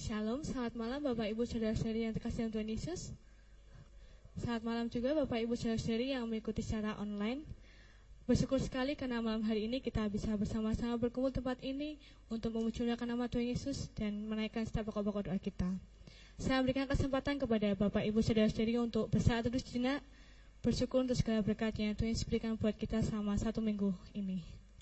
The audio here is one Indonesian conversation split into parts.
Shalom, selamat malam Bapak Ibu Saudara-saudari yang terkasih dalam Tuhan Yesus. Selamat malam juga Bapak Ibu Saudara-saudari yang mengikuti secara online. Bersyukur sekali karena malam hari ini kita bisa bersama-sama berkumpul tempat ini untuk memuliakan nama Tuhan Yesus dan menaikkan setiap pokok-pokok doa kita. Saya berikan kesempatan kepada Bapak Ibu Saudara-saudari untuk bersaat teduh sejenak, bersyukur untuk segala berkat-Nya Tuhan Yesus berikan buat kita selama 1 minggu ini.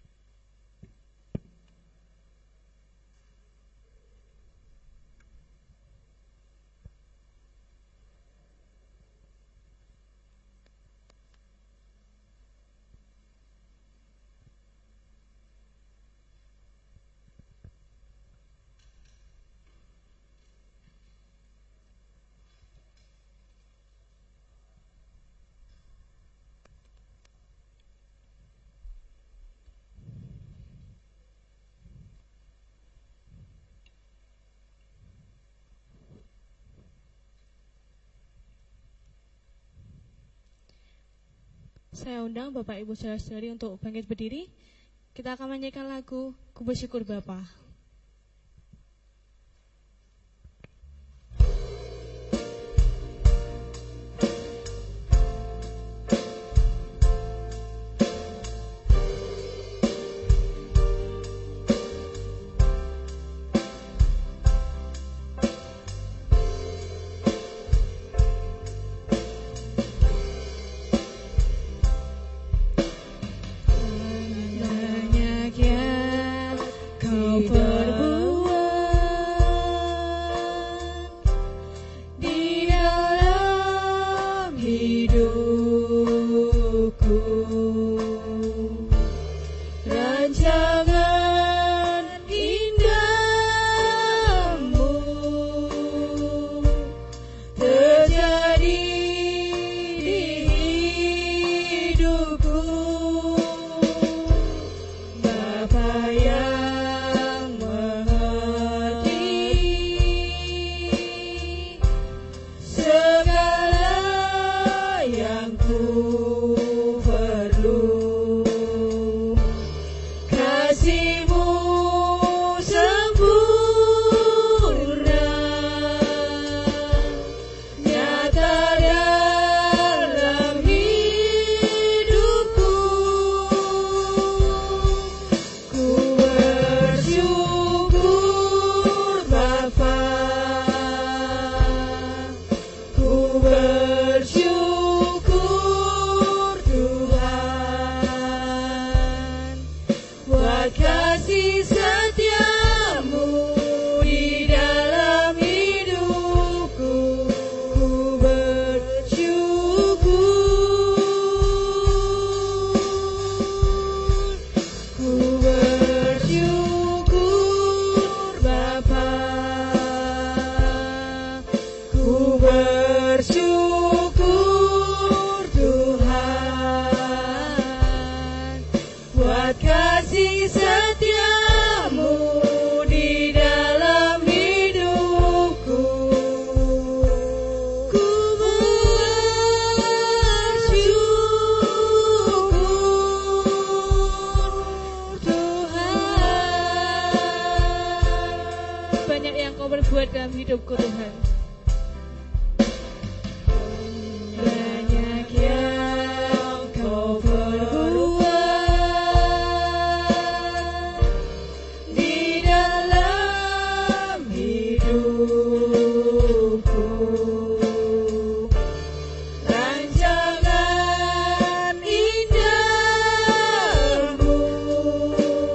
Saya undang Bapak Ibu Saudara-saudari untuk bangkit berdiri. Kita akan menyanyikan lagu Ku Bersyukur Bapa.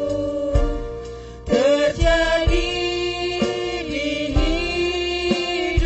Terjadi di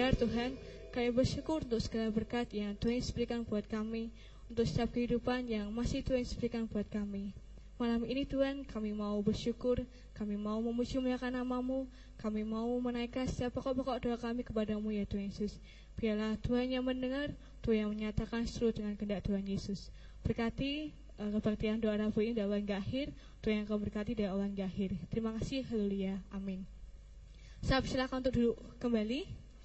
mendengar Tuhan, kami bersyukur untuk segala berkat yang Tuhan berikan buat kami, untuk setiap kehidupan yang masih Tuhan berikan buat kami. Malam ini Tuhan, kami mau bersyukur, kami mau memuji muliakan nama-Mu, kami mau menaikkan setiap pokok-pokok doa kami kepadamu ya Tuhan Yesus. Biarlah Tuhan yang mendengar, Tuhan yang menyatakan seluruh dengan kehendak Tuhan Yesus. Berkati kebaktian doa Rabu ini dari awal hingga akhir, Tuhan yang kau berkati dari awal hingga akhir. Terima kasih, haleluya, amin. Saya silakan untuk duduk kembali.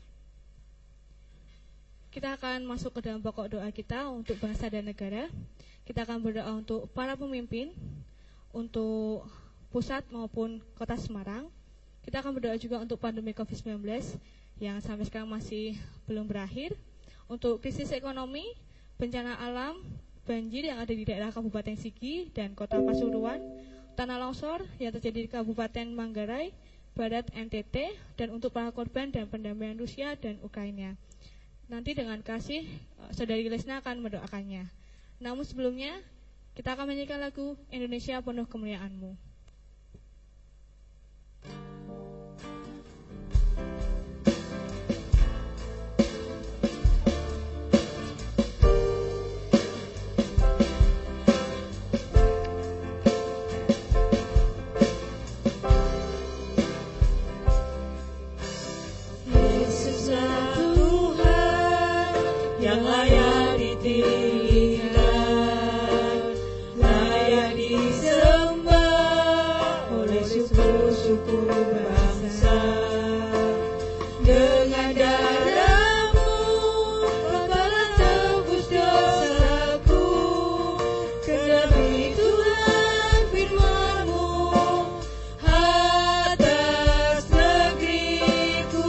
Kita akan masuk ke dalam pokok doa kita untuk bangsa dan negara. Kita akan berdoa untuk para pemimpin, untuk pusat maupun kota Semarang. Kita akan berdoa juga untuk pandemi COVID-19 yang sampai sekarang masih belum berakhir, untuk krisis ekonomi, bencana alam, banjir yang ada di daerah Kabupaten Sigi dan Kota Pasuruan, tanah longsor yang terjadi di Kabupaten Manggarai, Barat NTT, dan untuk para korban dan pendamaian Rusia dan Ukraina. Nanti dengan kasih Saudari Lesna akan mendoakannya. Namun sebelumnya kita akan menyanyikan lagu Indonesia Penuh Kemuliaan-Mu. Yang layak ditinggikan, layak disembah oleh suku-suku bangsa. Dengan darah-Mu Kau telah tebus dosaku, demi Tuhan firman-Mu atas negeriku.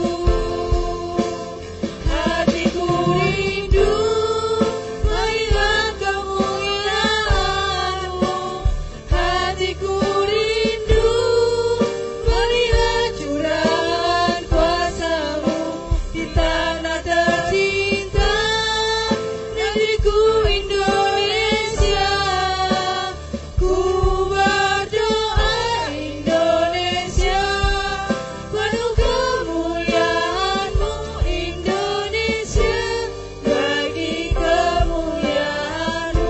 Hatiku rindu melihat kemuliaan-Mu, hatiku rindu melihat curahan kuasa-Mu di tanah tercinta, negeriku Indonesia. Ku berdoa Indonesia, penuh kemuliaan-Mu Indonesia, bagi kemuliaan-Mu.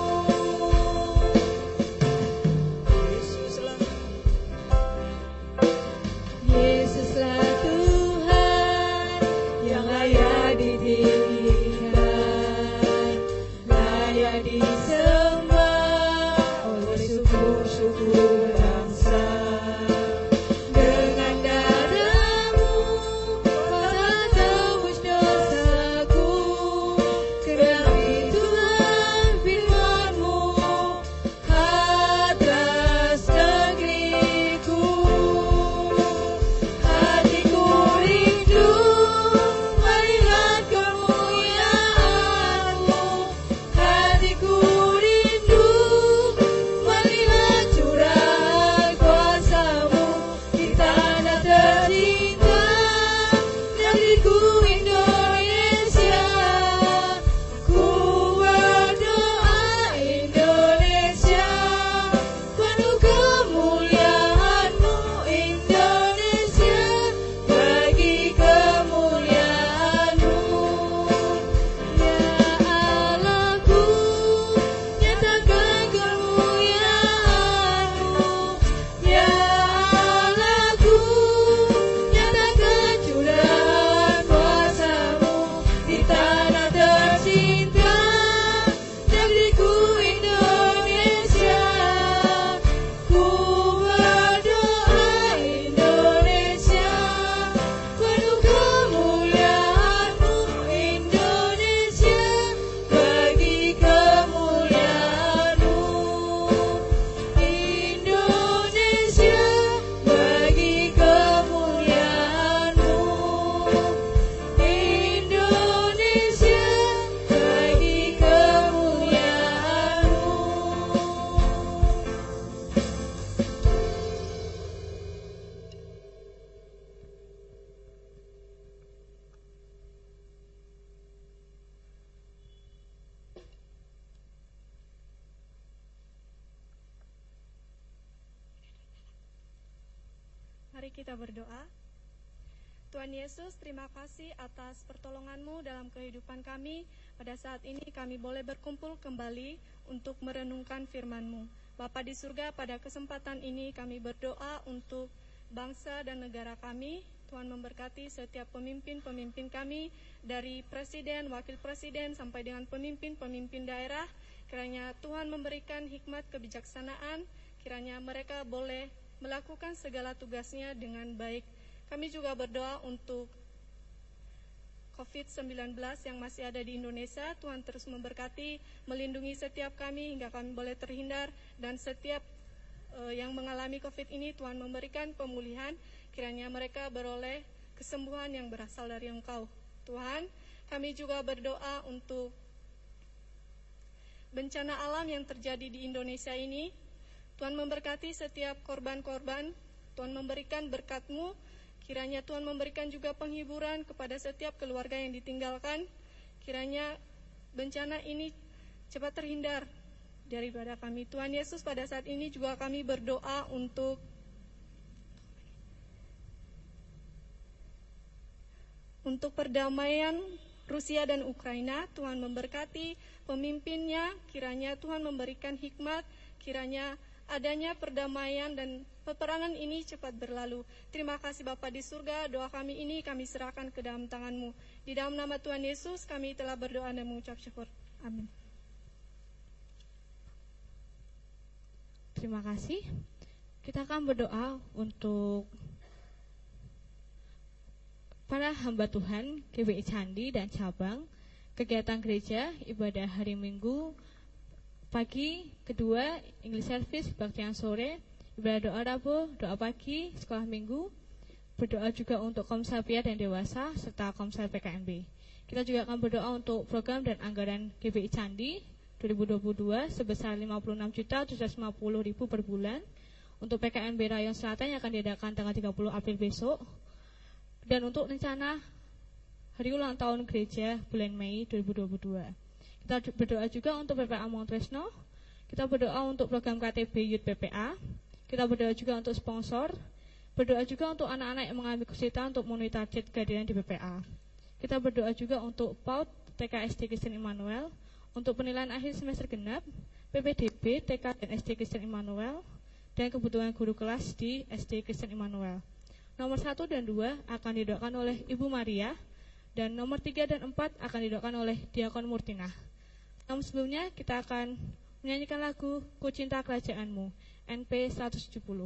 Yesuslah Tuhan yang layak ditinggikan, layak disembah oleh suku-suku bangsa. Dengan darah-Mu Kau telah tebus dosaku, demi Tuhan firman-Mu atas negeriku. Hatiku rindu melihat kemuliaan-Mu, hatiku rindu melihat curahan kuasa-Mu di tanah tercinta, negeriku Indonesia. Ku berdoa Indonesia, penuh kemuliaan-Mu Indonesia, bagi kemuliaan-Mu. Ya Allahku, nyatakan kemuliaan-Mu. Ya Allahku, nyatakan curahan kuasa-Mu di tanah tercinta, negeriku Indonesia. Ku berdoa Indonesia, penuh kemuliaan-Mu Indonesia, bagi kemuliaan-Mu. Indonesia, bagi kemuliaan-Mu. Indonesia, bagi kemuliaan-Mu. Mari kita berdoa. Tuhan Yesus, terima kasih atas pertolongan-Mu dalam kehidupan kami. Pada saat ini kami boleh berkumpul kembali untuk merenungkan firman-Mu. Bapa di surga, pada kesempatan ini kami berdoa untuk bangsa dan negara kami. Tuhan memberkati setiap pemimpin-pemimpin kami, dari presiden, wakil presiden, sampai dengan pemimpin-pemimpin daerah. Kiranya Tuhan memberikan hikmat kebijaksanaan, kiranya mereka boleh melakukan segala tugasnya dengan baik. Kami juga berdoa untuk COVID-19 yang masih ada di Indonesia. Tuhan terus memberkati, melindungi setiap kami hingga kami boleh terhindar. Dan setiap yang mengalami COVID ini, Tuhan memberikan pemulihan. Kiranya mereka beroleh kesembuhan yang berasal dari Engkau. Tuhan, kami juga berdoa untuk bencana alam yang terjadi di Indonesia ini. Tuhan memberkati setiap korban-korban. Tuhan memberikan berkat-Mu. Kiranya Tuhan memberikan juga penghiburan kepada setiap keluarga yang ditinggalkan. Kiranya bencana ini cepat terhindar daripada kami. Tuhan Yesus, pada saat ini juga kami berdoa untuk perdamaian Rusia dan Ukraina. Tuhan memberkati pemimpinnya. Kiranya Tuhan memberikan hikmat. Kiranya adanya perdamaian dan peperangan ini cepat berlalu. Terima kasih Bapa di surga, doa kami ini kami serahkan ke dalam tangan-Mu. Di dalam nama Tuhan Yesus kami telah berdoa dan mengucap syukur. Amin. Terima kasih. Kita akan berdoa untuk para hamba Tuhan GBI Candi dan cabang, kegiatan gereja, ibadah hari Minggu pagi, kedua English service, kebaktian sore, ibadah doa Rabu, doa pagi, sekolah minggu, berdoa juga untuk Komsel Pria dan Dewasa, serta Komsel PKNB. Kita juga akan berdoa untuk program dan anggaran GBI Candi 2022 sebesar 56.750.000 per bulan, untuk PKNB Rayon Selatan yang akan diadakan tanggal 30 April besok, dan untuk rencana hari ulang tahun gereja bulan Mei 2022. Kita berdoa juga untuk PPA Montresno. Kita berdoa untuk program KTB Youth PPA. Kita berdoa juga untuk sponsor. Berdoa juga untuk anak-anak yang mengalami kesulitan untuk memenuhi target kehadiran di PPA. Kita berdoa juga untuk PAUD TK SD Kristen Immanuel, untuk penilaian akhir semester genap, PPDB TK dan SD Kristen Immanuel, dan kebutuhan guru kelas di SD Kristen Immanuel. Nomor 1 dan 2 akan didoakan oleh Ibu Maria, dan nomor 3 dan 4 akan didoakan oleh Diakon Murtina. Namun sebelumnya kita akan menyanyikan lagu Ku Cinta Kerajaan-Mu, NP 170.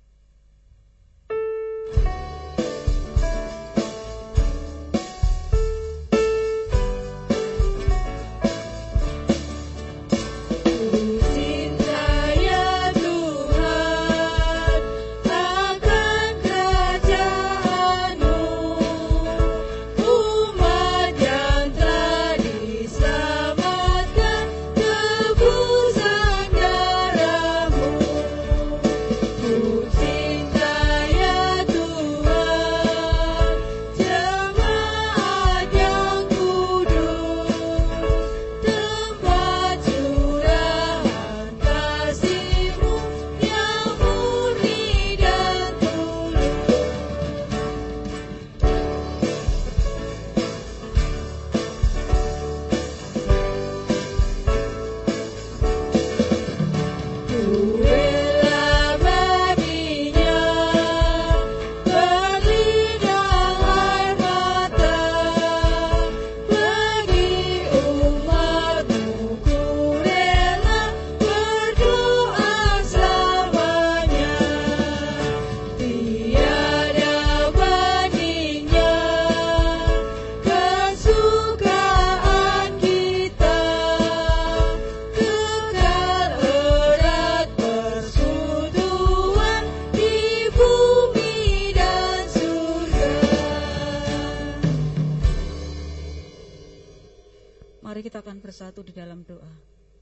Mari kita akan bersatu di dalam doa.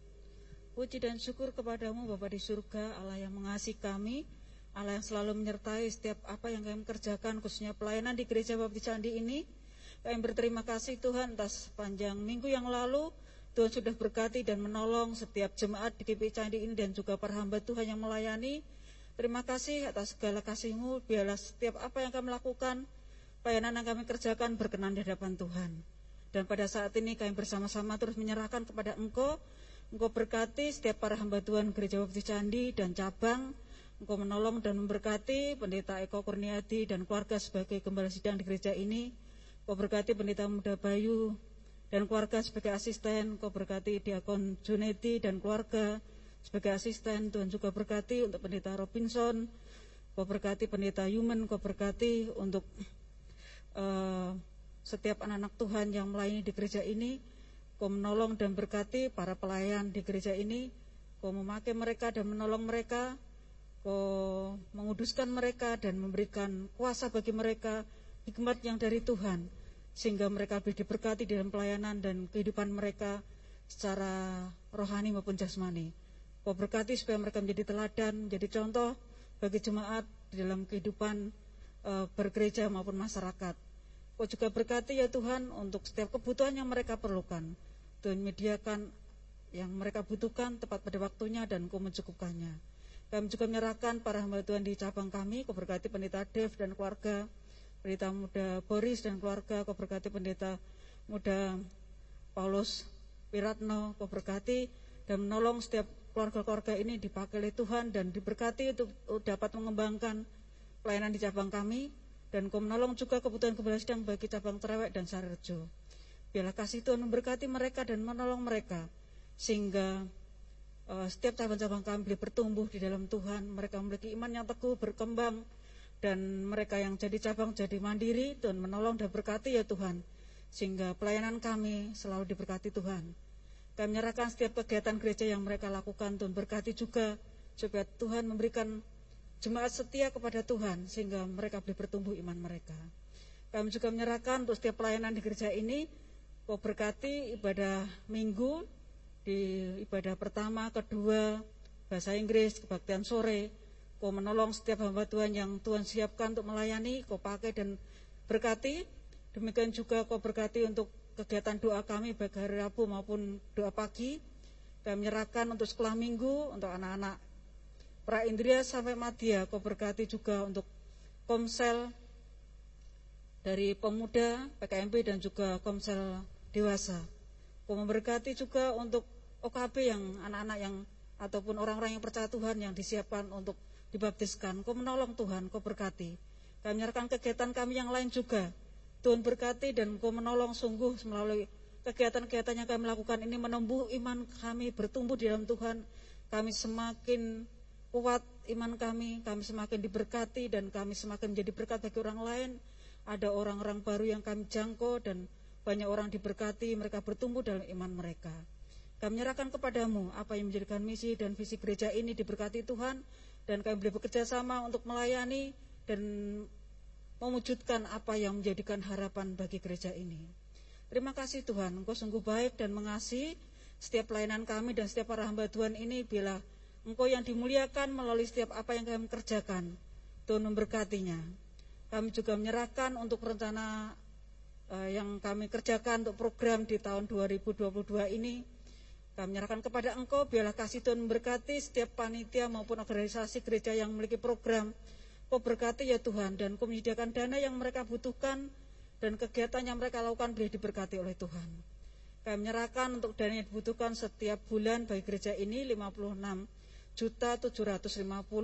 Puji dan syukur kepadamu Bapa di surga, Allah yang mengasihi kami, Allah yang selalu menyertai setiap apa yang kami kerjakan, khususnya pelayanan di Gereja Baptis Candi ini. Kami berterima kasih Tuhan atas panjang minggu yang lalu, Tuhan sudah berkati dan menolong setiap jemaat di GBI Candi ini dan juga para hamba Tuhan yang melayani. Terima kasih atas segala kasih-Mu, biarlah setiap apa yang kami lakukan, pelayanan yang kami kerjakan berkenan di hadapan Tuhan. Dan pada saat ini kami bersama-sama terus menyerahkan kepada Engkau. Engkau berkati setiap para hamba Tuhan Gereja Baptis Candi dan cabang. Engkau menolong dan memberkati Pendeta Eko Kurniadi dan keluarga sebagai gembala sidang di gereja ini. Engkau berkati Pendeta Muda Bayu dan keluarga sebagai asisten. Engkau berkati Diakon Junedi dan keluarga sebagai asisten. Tuhan juga berkati untuk Pendeta Robinson. Engkau berkati Pendeta Yumen. Engkau berkati untuk setiap anak-anak Tuhan yang melayani di gereja ini. Kau menolong dan berkati para pelayan di gereja ini. Kau memakai mereka dan menolong mereka. Kau menguduskan mereka dan memberikan kuasa bagi mereka, hikmat yang dari Tuhan, sehingga mereka lebih diberkati dalam pelayanan dan kehidupan mereka secara rohani maupun jasmani. Kau berkati supaya mereka menjadi teladan, menjadi contoh bagi jemaat di dalam kehidupan bergereja maupun masyarakat. Kau juga berkati ya Tuhan untuk setiap kebutuhan yang mereka perlukan. Tuhan menyediakan yang mereka butuhkan tepat pada waktunya dan Kau mencukupkannya. Kami juga menyerahkan para hamba Tuhan di cabang kami. Kau berkati Pendeta Dev dan keluarga, Pendeta Muda Boris dan keluarga. Kau berkati Pendeta Muda Paulus Wiratno. Kau berkati dan menolong setiap keluarga-keluarga ini dipakai oleh Tuhan dan diberkati untuk dapat mengembangkan pelayanan di cabang kami. Dan Kau menolong juga kebutuhan gembala sidang bagi cabang Trewek dan Sarerejo. Biarlah kasih Tuhan memberkati mereka dan menolong mereka, sehingga setiap cabang-cabang kami boleh bertumbuh di dalam Tuhan. Mereka memiliki iman yang teguh, berkembang, dan mereka yang jadi cabang jadi mandiri. Tuhan menolong dan berkati ya Tuhan, sehingga pelayanan kami selalu diberkati Tuhan. Kami menyerahkan setiap kegiatan gereja yang mereka lakukan. Tuhan berkati juga supaya Tuhan memberikan jemaat setia kepada Tuhan, sehingga mereka boleh bertumbuh iman mereka. Kami juga menyerahkan untuk setiap pelayanan di gereja ini. Kau berkati ibadah minggu, di ibadah pertama, kedua, bahasa Inggris, kebaktian sore. Kau menolong setiap hamba Tuhan yang Tuhan siapkan untuk melayani. Kau pakai dan berkati. Demikian juga Kau berkati untuk kegiatan doa kami baik hari Rabu maupun doa pagi. Kami menyerahkan untuk sekolah minggu, untuk anak-anak pra Indria sampai Madya. Kau berkati juga untuk komsel dari pemuda, PKMP dan juga komsel dewasa. Kau memberkati juga untuk OKB yang anak-anak yang ataupun orang-orang yang percaya Tuhan yang disiapkan untuk dibaptiskan. Kau menolong Tuhan, Kau berkati. Kami menyerahkan kegiatan kami yang lain juga. Tuhan berkati dan Kau menolong sungguh melalui kegiatan-kegiatan yang kami lakukan ini menumbuh iman kami, bertumbuh di dalam Tuhan. Kami semakin kuat iman kami semakin diberkati dan kami semakin menjadi berkat bagi orang lain. Ada orang-orang baru yang kami jangkau dan banyak orang diberkati, mereka bertumbuh dalam iman mereka. Kami menyerahkan kepadamu apa yang menjadikan misi dan visi gereja ini diberkati Tuhan, dan kami boleh bekerja sama untuk melayani dan mewujudkan apa yang menjadikan harapan bagi gereja ini. Terima kasih Tuhan, Engkau sungguh baik dan mengasihi setiap pelayanan kami dan setiap para hamba Tuhan ini. Bila Engkau yang dimuliakan melalui setiap apa yang kami kerjakan, Tuhan memberkatinya. Kami juga menyerahkan untuk rencana yang kami kerjakan untuk program di tahun 2022 ini. Kami menyerahkan kepada Engkau, biarlah kasih Tuhan memberkati setiap panitia maupun organisasi gereja yang memiliki program. Kau berkati ya Tuhan, dan Kau menyediakan dana yang mereka butuhkan, dan kegiatan yang mereka lakukan boleh diberkati oleh Tuhan. Kami menyerahkan untuk dana yang dibutuhkan setiap bulan bagi gereja ini 56.750.000.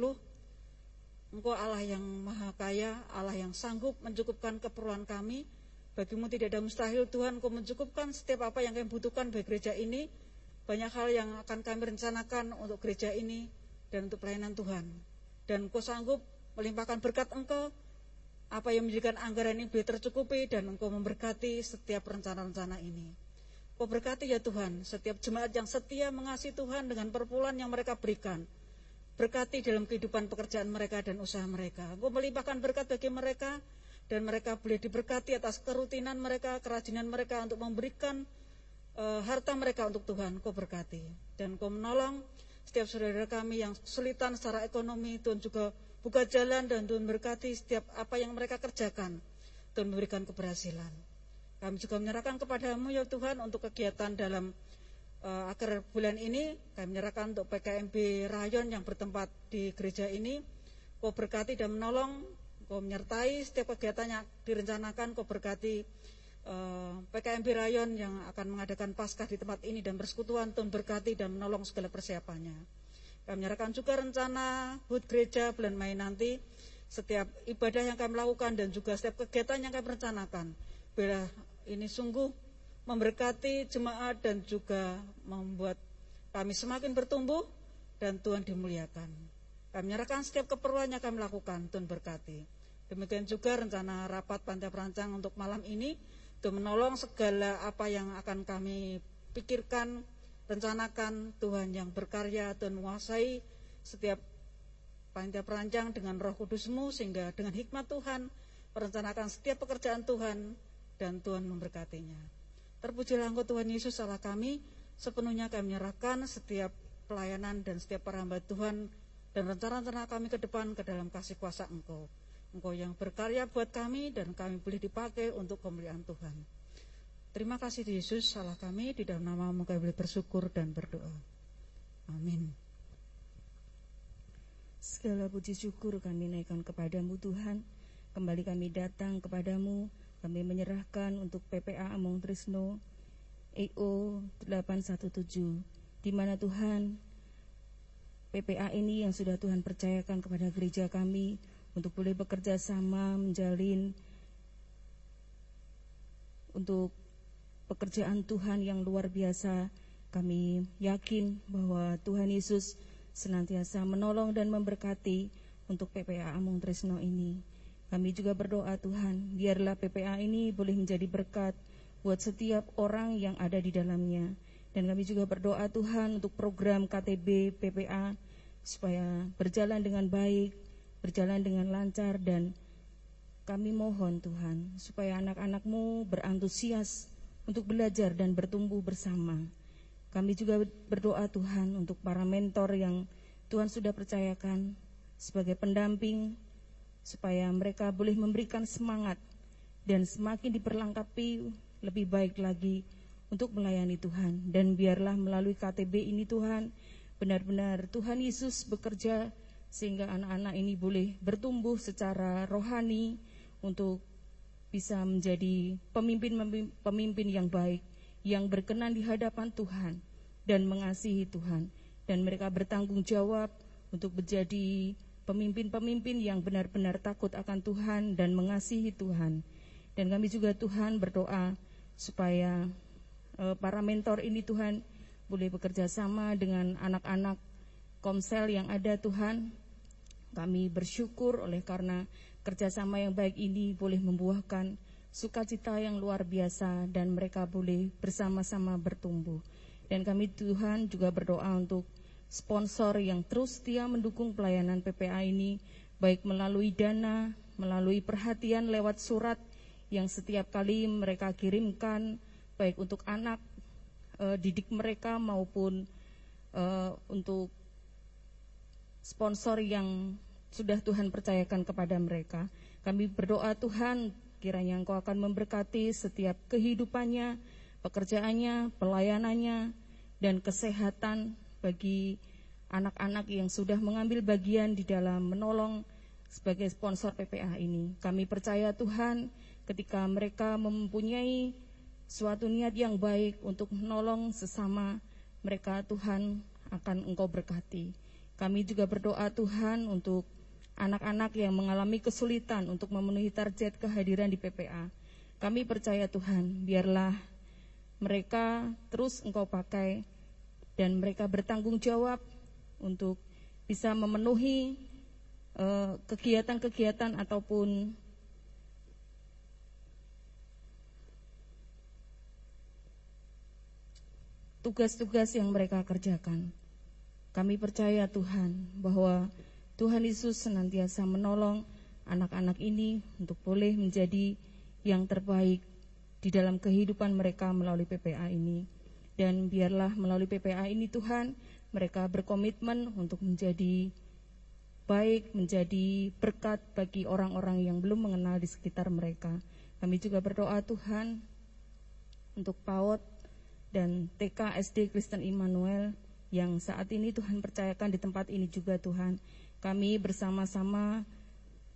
Engkau Allah yang maha kaya, Allah yang sanggup mencukupkan keperluan kami. Bagimu tidak ada mustahil Tuhan. Kau mencukupkan setiap apa yang kami butuhkan bagi gereja ini. Banyak hal yang akan kami rencanakan untuk gereja ini dan untuk pelayanan Tuhan. Dan Kau sanggup melimpahkan berkat Engkau. Apa yang menjadikan anggaran ini boleh tercukupi, dan Engkau memberkati setiap rencana-rencana ini. Kau berkati ya Tuhan setiap jemaat yang setia mengasihi Tuhan dengan perpuluhan yang mereka berikan. Berkati dalam kehidupan pekerjaan mereka dan usaha mereka. Engkau melimpahkan berkat bagi mereka, dan mereka boleh diberkati atas kerutinan mereka, kerajinan mereka untuk memberikan harta mereka untuk Tuhan. Kau berkati dan Kau menolong setiap saudara kami yang kesulitan secara ekonomi. Tuhan juga buka jalan, dan Tuhan berkati setiap apa yang mereka kerjakan. Tuhan memberikan keberhasilan. Kami juga menyerahkan kepadamu ya Tuhan untuk kegiatan dalam akhir bulan ini. Kami menyerahkan untuk PKMB Rayon yang bertempat di gereja ini. Kau berkati dan menolong Engkau menyertai setiap kegiatan yang direncanakan. Engkau berkati PKMB Rayon yang akan mengadakan Paskah di tempat ini dan persekutuan. Tuhan berkati dan menolong segala persiapannya. Kami menyerahkan juga rencana HUT gereja bulan Mei nanti, setiap ibadah yang kami lakukan dan juga setiap kegiatan yang kami rencanakan. Bila ini sungguh memberkati jemaat dan juga membuat kami semakin bertumbuh dan Tuhan dimuliakan. Kami menyerahkan setiap keperluan yang kami lakukan, Tuhan berkati. Demikian juga rencana rapat panitia perancang untuk malam ini, Tuhan menolong segala apa yang akan kami pikirkan, rencanakan. Tuhan yang berkarya, Tuhan menguasai setiap panitia perancang dengan Roh Kudus-Mu, sehingga dengan hikmat Tuhan merencanakan setiap pekerjaan Tuhan dan Tuhan memberkatinya. Terpujilah Engkau Tuhan Yesus Allah kami, sepenuhnya kami menyerahkan setiap pelayanan dan setiap para hamba Tuhan dan rencana-rencana kami ke depan ke dalam kasih kuasa Engkau. Engkau yang berkarya buat kami dan kami boleh dipakai untuk kemuliaan Tuhan. Terima kasih Yesus Allah kami, di dalam nama-Mu kami boleh bersyukur dan berdoa. Amin. Segala puji syukur kami naikkan kepadamu Tuhan. Kembali kami datang kepadamu. Kami menyerahkan untuk PPA Among Trisno EO 817, di mana Tuhan PPA ini yang sudah Tuhan percayakan kepada gereja kami untuk boleh bekerja sama menjalin untuk pekerjaan Tuhan yang luar biasa. Kami yakin bahwa Tuhan Yesus senantiasa menolong dan memberkati untuk PPA Among Trisno ini. Kami juga berdoa Tuhan, biarlah PPA ini boleh menjadi berkat buat setiap orang yang ada di dalamnya. Dan kami juga berdoa Tuhan untuk program KTB PPA supaya berjalan dengan baik, berjalan dengan lancar, dan kami mohon Tuhan supaya anak-anak-Mu berantusias untuk belajar dan bertumbuh bersama. Kami juga berdoa Tuhan untuk para mentor yang Tuhan sudah percayakan sebagai pendamping, supaya mereka boleh memberikan semangat dan semakin diperlengkapi lebih baik lagi untuk melayani Tuhan. Dan biarlah melalui KTB ini Tuhan, benar-benar Tuhan Yesus bekerja sehingga anak-anak ini boleh bertumbuh secara rohani untuk bisa menjadi pemimpin yang baik, yang berkenan di hadapan Tuhan dan mengasihi Tuhan. Dan mereka bertanggung jawab untuk menjadi pemimpin-pemimpin yang benar-benar takut akan Tuhan dan mengasihi Tuhan. Dan kami juga Tuhan berdoa supaya para mentor ini Tuhan boleh bekerja sama dengan anak-anak Komsel yang ada Tuhan. Kami bersyukur oleh karena kerjasama yang baik ini boleh membuahkan sukacita yang luar biasa dan mereka boleh bersama-sama bertumbuh. Dan kami Tuhan juga berdoa untuk sponsor yang terus setia mendukung pelayanan PPA ini, baik melalui dana, melalui perhatian lewat surat yang setiap kali mereka kirimkan, baik untuk anak didik mereka maupun untuk sponsor yang sudah Tuhan percayakan kepada mereka. Kami berdoa Tuhan, kiranya Engkau akan memberkati setiap kehidupannya, pekerjaannya, pelayanannya, dan kesehatan bagi anak-anak yang sudah mengambil bagian di dalam menolong sebagai sponsor PPA ini. Kami percaya Tuhan, ketika mereka mempunyai suatu niat yang baik untuk menolong sesama mereka, Tuhan akan Engkau berkati. Kami juga berdoa Tuhan untuk anak-anak yang mengalami kesulitan untuk memenuhi target kehadiran di PPA. Kami percaya Tuhan, biarlah mereka terus Engkau pakai dan mereka bertanggung jawab untuk bisa memenuhi kegiatan-kegiatan ataupun tugas-tugas yang mereka kerjakan. Kami percaya Tuhan bahwa Tuhan Yesus senantiasa menolong anak-anak ini untuk boleh menjadi yang terbaik di dalam kehidupan mereka melalui PPA ini. Dan biarlah melalui PPA ini Tuhan, mereka berkomitmen untuk menjadi baik, menjadi berkat bagi orang-orang yang belum mengenal di sekitar mereka. Kami juga berdoa Tuhan untuk PAUD dan TK SD Kristen Immanuel yang saat ini Tuhan percayakan di tempat ini juga Tuhan. Kami bersama-sama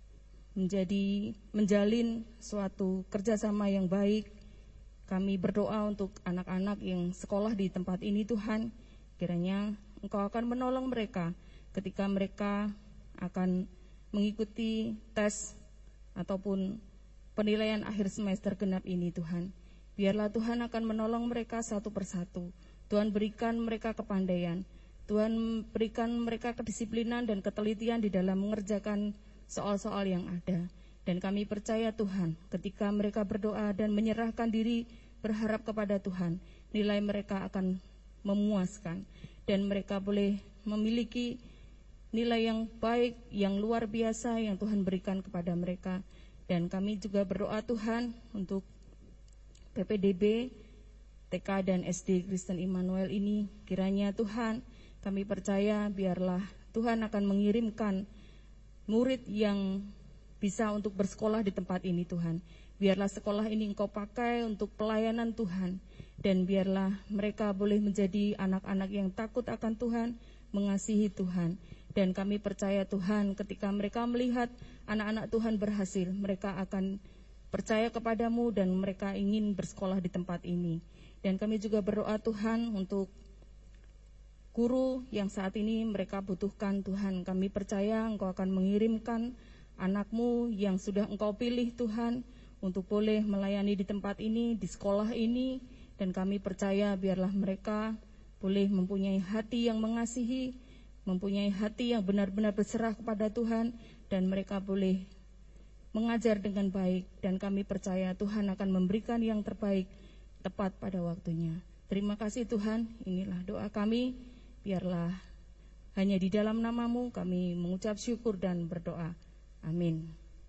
menjalin suatu kerjasama yang baik. Kami berdoa untuk anak-anak yang sekolah di tempat ini Tuhan, kiranya Engkau akan menolong mereka ketika mereka akan mengikuti tes ataupun penilaian akhir semester genap ini Tuhan. Biarlah Tuhan akan menolong mereka satu persatu. Tuhan berikan mereka kepandaian, Tuhan berikan mereka kedisiplinan dan ketelitian di dalam mengerjakan soal-soal yang ada. Dan kami percaya Tuhan, ketika mereka berdoa dan menyerahkan diri berharap kepada Tuhan, nilai mereka akan memuaskan dan mereka boleh memiliki nilai yang baik, yang luar biasa yang Tuhan berikan kepada mereka. Dan kami juga berdoa Tuhan untuk PPDB, TK dan SD Kristen Immanuel ini, kiranya Tuhan kami percaya biarlah Tuhan akan mengirimkan murid yang bisa untuk bersekolah di tempat ini Tuhan. Biarlah sekolah ini Engkau pakai untuk pelayanan Tuhan, dan biarlah mereka boleh menjadi anak-anak yang takut akan Tuhan, mengasihi Tuhan. Dan kami percaya Tuhan, ketika mereka melihat anak-anak Tuhan berhasil, mereka akan percaya kepadamu dan mereka ingin bersekolah di tempat ini. Dan kami juga berdoa Tuhan untuk guru yang saat ini mereka butuhkan Tuhan. Kami percaya Engkau akan mengirimkan anak-Mu yang sudah Engkau pilih Tuhan untuk boleh melayani di tempat ini, di sekolah ini. Dan kami percaya biarlah mereka boleh mempunyai hati yang mengasihi, mempunyai hati yang benar-benar berserah kepada Tuhan, dan mereka boleh mengajar dengan baik. Dan kami percaya Tuhan akan memberikan yang terbaik tepat pada waktunya. Terima kasih Tuhan, inilah doa kami. Biarlah hanya di dalam nama-Mu kami mengucap syukur dan berdoa. Amin.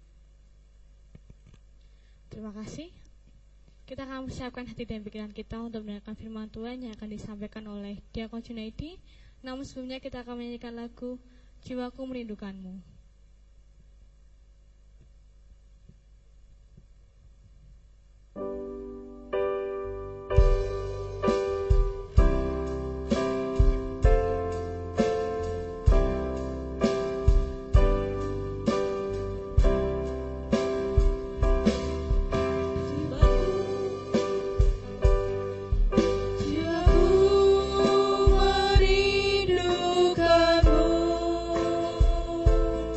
Terima kasih. Kita akan mempersiapkan hati dan pikiran kita untuk mendengarkan firman Tuhan yang akan disampaikan oleh Diakon Junaidi. Namun sebelumnya kita akan menyanyikan lagu Jiwaku Merindukanmu. Jiwaku merindukanmu.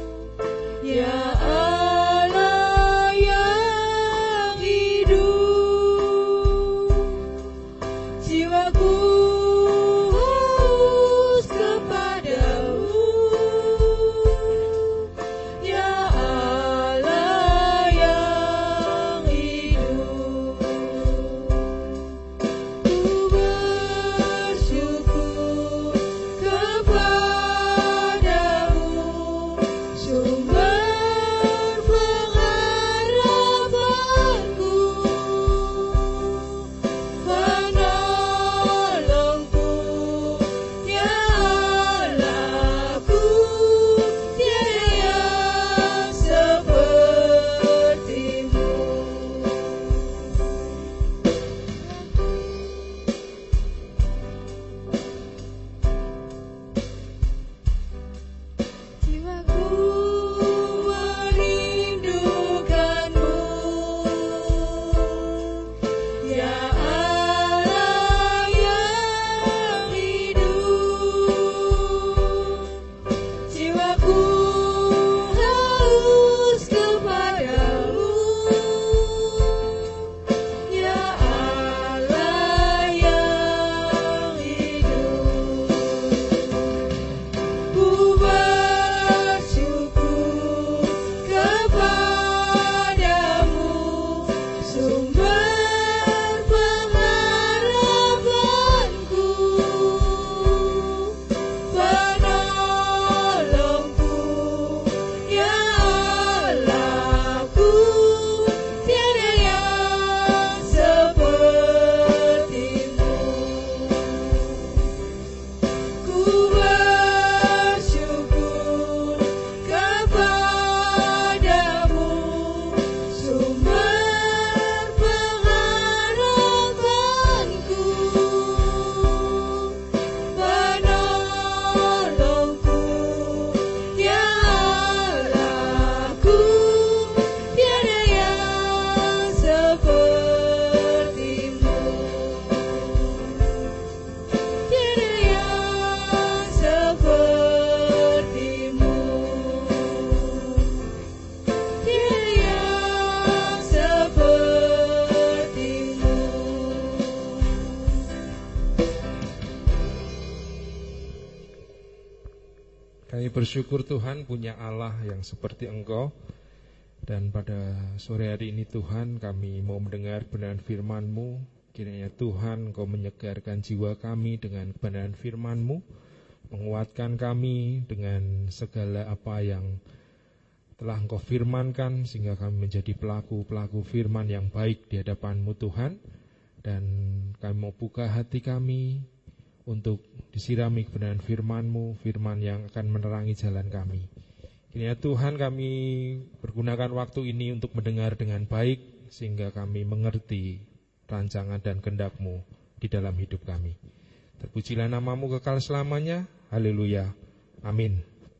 Kami bersyukur Tuhan punya Allah yang seperti Engkau. Dan pada sore hari ini Tuhan, kami mau mendengar kebenaran firman-Mu. Kiranya Tuhan Engkau menyegarkan jiwa kami dengan kebenaran firman-Mu, menguatkan kami dengan segala apa yang telah Engkau firmankan, sehingga kami menjadi pelaku-pelaku firman yang baik di hadapan-Mu Tuhan. Dan kami mau buka hati kami untuk disirami kebenaran firman-Mu, firman yang akan menerangi jalan kami. Kiranya Tuhan, kami pergunakan waktu ini untuk mendengar dengan baik, sehingga kami mengerti rancangan dan kehendak-Mu di dalam hidup kami. Terpujilah nama-Mu kekal selamanya. Haleluya. Amin.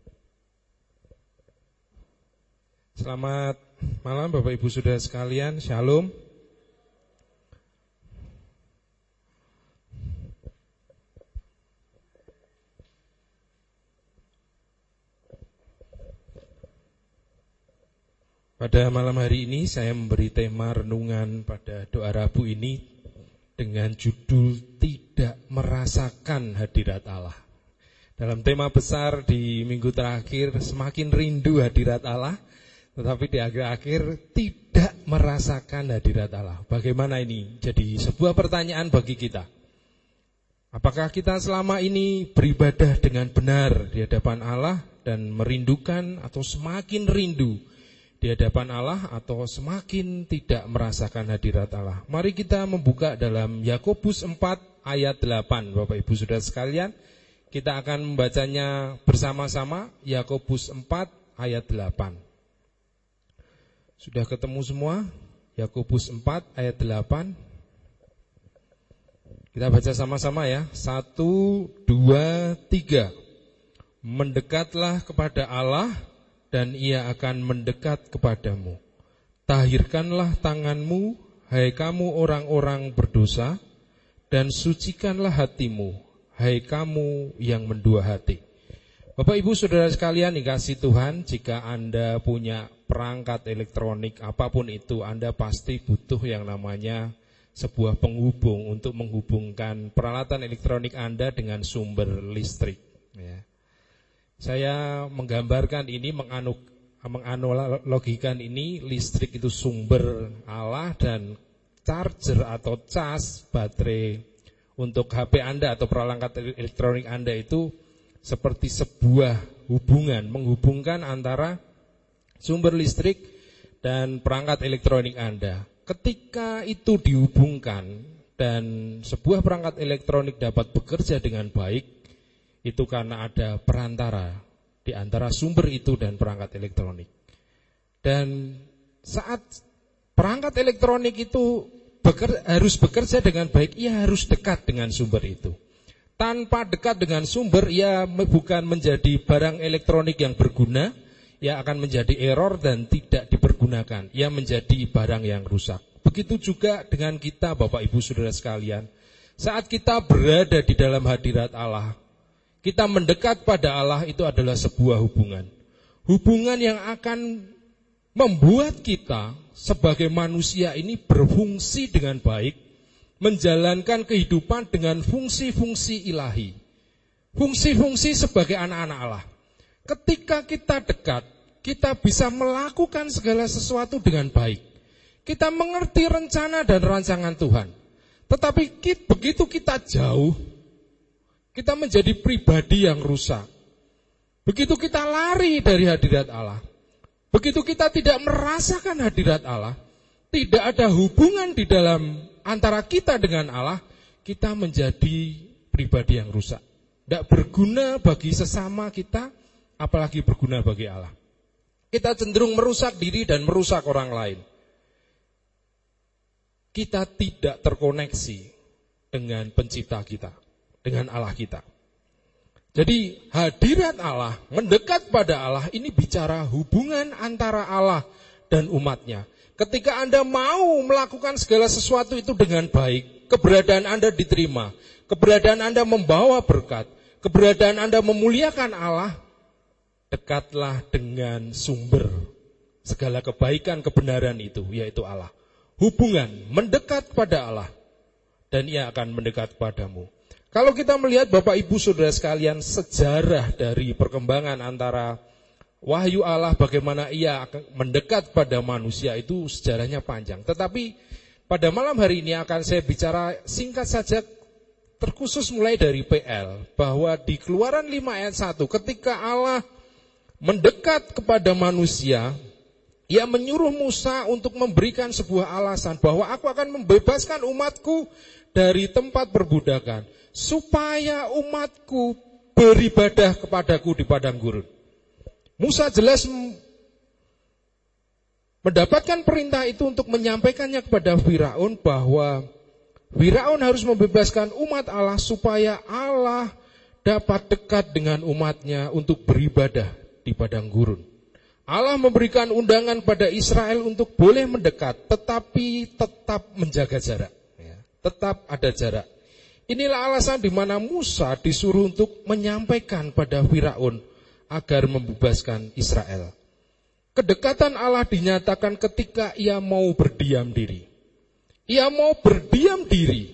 Selamat malam Bapak Ibu Saudara sekalian. Shalom. Pada malam hari ini saya memberi tema renungan pada doa Rabu ini dengan judul Tidak Merasakan Hadirat Allah. Dalam tema besar di minggu terakhir, semakin rindu hadirat Allah, tetapi di akhir-akhir tidak merasakan hadirat Allah. Bagaimana ini? Jadi sebuah pertanyaan bagi kita. Apakah kita selama ini beribadah dengan benar di hadapan Allah dan merindukan atau semakin rindu di hadapan Allah, atau semakin tidak merasakan hadirat Allah? Mari kita membuka dalam Yakobus 4 ayat 8. Bapak Ibu Saudara sekalian, kita akan membacanya bersama-sama. Yakobus 4 ayat 8. Sudah ketemu semua? Yakobus 4 ayat 8. Kita baca sama-sama ya. 1, 2, 3. Mendekatlah kepada Allah, dan Ia akan mendekat kepadamu. Tahirkanlah tanganmu, hai kamu orang-orang berdosa, dan sucikanlah hatimu, hai kamu yang mendua hati. Bapak Ibu Saudara sekalian dikasihi Tuhan, jika Anda punya perangkat elektronik apapun itu, Anda pasti butuh yang namanya sebuah penghubung untuk menghubungkan peralatan elektronik Anda dengan sumber listrik, ya. Saya menggambarkan ini, menganalogikan ini, listrik itu sumber Allah, dan charger atau cas baterai untuk HP Anda atau perangkat elektronik Anda itu seperti sebuah hubungan, menghubungkan antara sumber listrik dan perangkat elektronik Anda. Ketika itu dihubungkan dan sebuah perangkat elektronik dapat bekerja dengan baik, itu karena ada perantara di antara sumber itu dan perangkat elektronik. Dan saat perangkat elektronik itu harus bekerja dengan baik, ia harus dekat dengan sumber itu. Tanpa dekat dengan sumber, ia bukan menjadi barang elektronik yang berguna, ia akan menjadi error dan tidak dipergunakan. Ia menjadi barang yang rusak. Begitu juga dengan kita, Bapak Ibu Saudara sekalian. Saat kita berada di dalam hadirat Allah, kita mendekat pada Allah, itu adalah sebuah hubungan. Hubungan yang akan membuat kita sebagai manusia ini berfungsi dengan baik, menjalankan kehidupan dengan fungsi-fungsi ilahi. Fungsi-fungsi sebagai anak-anak Allah. Ketika kita dekat, kita bisa melakukan segala sesuatu dengan baik. Kita mengerti rencana dan rancangan Tuhan. Tetapi begitu kita jauh, kita menjadi pribadi yang rusak. Begitu kita lari dari hadirat Allah, begitu kita tidak merasakan hadirat Allah, tidak ada hubungan di dalam antara kita dengan Allah, kita menjadi pribadi yang rusak. Tidak berguna bagi sesama kita, apalagi berguna bagi Allah. Kita cenderung merusak diri dan merusak orang lain. Kita tidak terkoneksi dengan pencipta kita, dengan Allah kita. Jadi hadirat Allah, mendekat pada Allah, ini bicara hubungan antara Allah dan umatnya. Ketika Anda mau melakukan segala sesuatu itu dengan baik, keberadaan Anda diterima, keberadaan Anda membawa berkat, keberadaan Anda memuliakan Allah, dekatlah dengan sumber segala kebaikan kebenaran itu, yaitu Allah. Hubungan mendekat pada Allah, dan Ia akan mendekat padamu. Kalau kita melihat Bapak Ibu Saudara sekalian, sejarah dari perkembangan antara wahyu Allah bagaimana ia akan mendekat pada manusia itu sejarahnya panjang. Tetapi pada malam hari ini akan saya bicara singkat saja terkhusus mulai dari PL. Bahwa di Keluaran 5 ayat 1 ketika Allah mendekat kepada manusia, ia menyuruh Musa untuk memberikan sebuah alasan bahwa aku akan membebaskan umatku dari tempat perbudakan, supaya umatku beribadah kepadaku di padang gurun. Musa jelas mendapatkan perintah itu untuk menyampaikannya kepada Firaun bahwa Firaun harus membebaskan umat Allah supaya Allah dapat dekat dengan umatnya untuk beribadah di padang gurun. Allah memberikan undangan pada Israel untuk boleh mendekat, tetapi tetap menjaga jarak. Tetap ada jarak. Inilah alasan di mana Musa disuruh untuk menyampaikan pada Firaun agar membebaskan Israel. Kedekatan Allah dinyatakan ketika ia mau berdiam diri. Ia mau berdiam diri.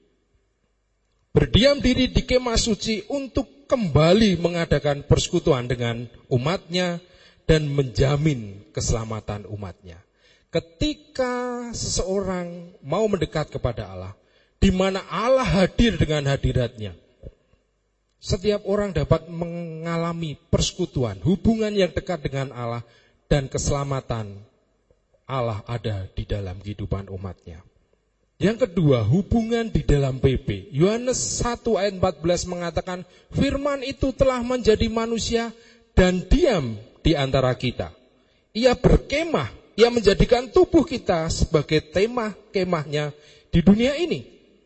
Berdiam diri di kemah suci untuk kembali mengadakan persekutuan dengan umatnya dan menjamin keselamatan umatnya. Ketika seseorang mau mendekat kepada Allah, di mana Allah hadir dengan hadiratnya, setiap orang dapat mengalami persekutuan, hubungan yang dekat dengan Allah, dan keselamatan Allah ada di dalam kehidupan umatnya. Yang kedua, hubungan di dalam PP. Yohanes 1 ayat 14 mengatakan, firman itu telah menjadi manusia dan diam di antara kita. Ia berkemah. Ia menjadikan tubuh kita sebagai kemahnya di dunia ini.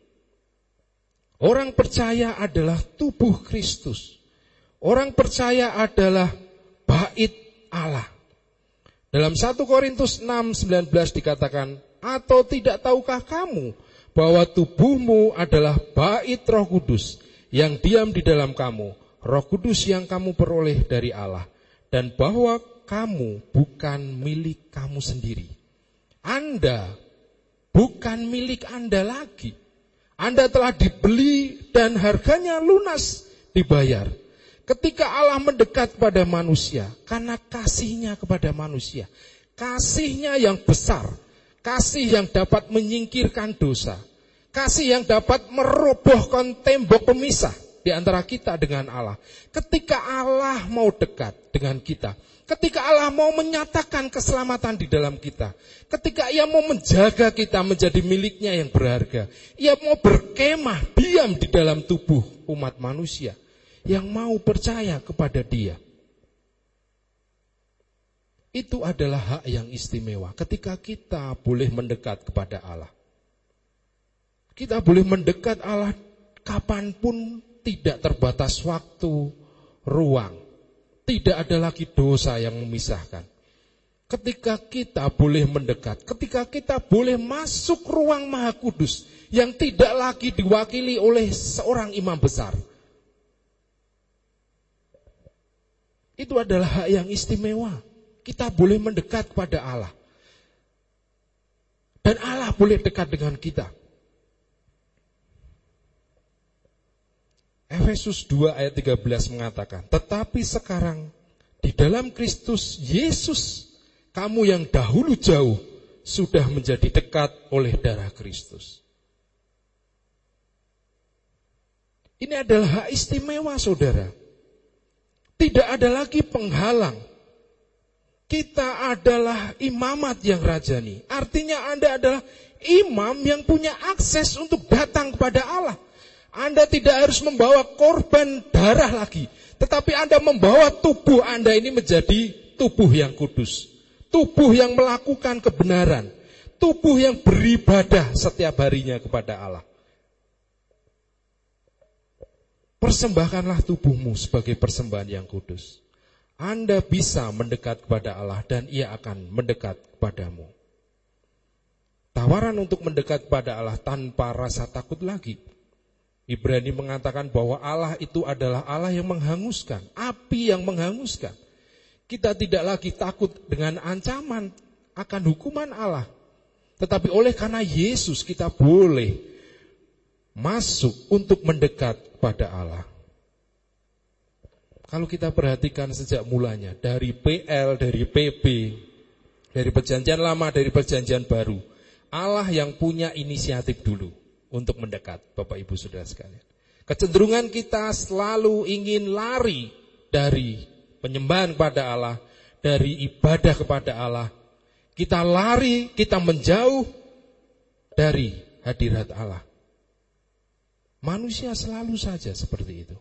Orang percaya adalah tubuh Kristus. Orang percaya adalah bait Allah. Dalam 1 Korintus 6:19 dikatakan, atau tidak tahukah kamu bahwa tubuhmu adalah bait Roh Kudus yang diam di dalam kamu, Roh Kudus yang kamu peroleh dari Allah, dan bahwa kamu bukan milik kamu sendiri. Anda bukan milik Anda lagi. Anda telah dibeli dan harganya lunas dibayar. Ketika Allah mendekat pada manusia, karena kasihnya kepada manusia, kasihnya yang besar, kasih yang dapat menyingkirkan dosa, kasih yang dapat merobohkan tembok pemisah di antara kita dengan Allah. Ketika Allah mau dekat dengan kita, ketika Allah mau menyatakan keselamatan di dalam kita, ketika ia mau menjaga kita menjadi miliknya yang berharga, ia mau berkemah diam di dalam tubuh umat manusia yang mau percaya kepada dia. Itu adalah hak yang istimewa ketika kita boleh mendekat kepada Allah. Kita boleh mendekat Allah kapanpun, tidak terbatas waktu, ruang. Tidak ada lagi dosa yang memisahkan. Ketika kita boleh mendekat, ketika kita boleh masuk ruang Maha Kudus yang tidak lagi diwakili oleh seorang imam besar. Itu adalah hak yang istimewa. Kita boleh mendekat kepada Allah. Dan Allah boleh dekat dengan kita. Efesus 2 ayat 13 mengatakan, tetapi sekarang di dalam Kristus Yesus, kamu yang dahulu jauh sudah menjadi dekat oleh darah Kristus. Ini adalah hak istimewa, saudara. Tidak ada lagi penghalang. Kita adalah imamat yang rajani. Artinya Anda adalah imam yang punya akses untuk datang kepada Allah. Anda tidak harus membawa korban darah lagi, tetapi Anda membawa tubuh Anda ini menjadi tubuh yang kudus, tubuh yang melakukan kebenaran, tubuh yang beribadah setiap harinya kepada Allah. Persembahkanlah tubuhmu sebagai persembahan yang kudus. Anda bisa mendekat kepada Allah dan ia akan mendekat kepadamu. Tawaran untuk mendekat kepada Allah tanpa rasa takut lagi. Ibrani mengatakan bahwa Allah itu adalah Allah yang menghanguskan, api yang menghanguskan. Kita tidak lagi takut dengan ancaman akan hukuman Allah. Tetapi oleh karena Yesus kita boleh masuk untuk mendekat kepada Allah. Kalau kita perhatikan sejak mulanya, dari PL, dari PB, dari perjanjian lama, dari perjanjian baru, Allah yang punya inisiatif dulu untuk mendekat, Bapak Ibu Saudara sekalian. Kecenderungan kita selalu ingin lari dari penyembahan kepada Allah, dari ibadah kepada Allah. Kita lari, kita menjauh dari hadirat Allah. Manusia selalu saja seperti itu.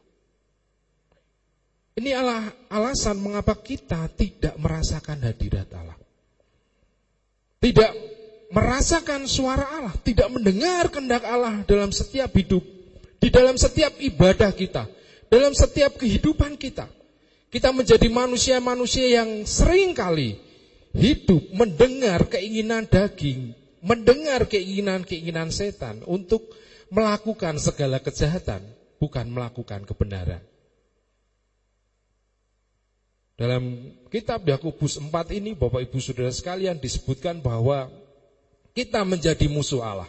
Ini alasan mengapa kita tidak merasakan hadirat Allah. Tidak merasakan suara Allah, tidak mendengar kehendak Allah dalam setiap hidup, di dalam setiap ibadah kita, dalam setiap kehidupan kita. Kita menjadi manusia-manusia yang seringkali hidup mendengar keinginan daging, mendengar keinginan-keinginan setan untuk melakukan segala kejahatan, bukan melakukan kebenaran. Dalam kitab Yakobus 4 ini, Bapak Ibu Saudara sekalian, disebutkan bahwa kita menjadi musuh Allah.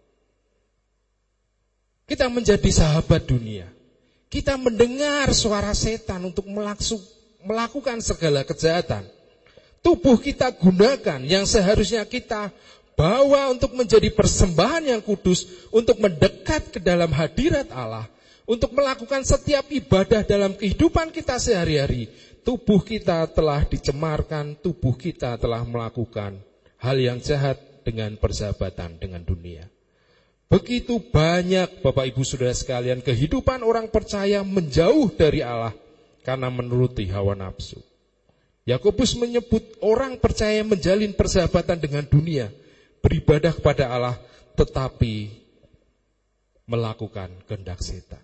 Kita menjadi sahabat dunia. Kita mendengar suara setan untuk melakukan segala kejahatan. Tubuh kita gunakan yang seharusnya kita bawa untuk menjadi persembahan yang kudus, untuk mendekat ke dalam hadirat Allah, untuk melakukan setiap ibadah dalam kehidupan kita sehari-hari. Tubuh kita telah dicemarkan, tubuh kita telah melakukan hal yang jahat dengan persahabatan dengan dunia. Begitu banyak Bapak Ibu Saudara sekalian kehidupan orang percaya menjauh dari Allah karena menuruti hawa nafsu. Yakobus menyebut orang percaya menjalin persahabatan dengan dunia, beribadah kepada Allah, tetapi melakukan kehendak setan.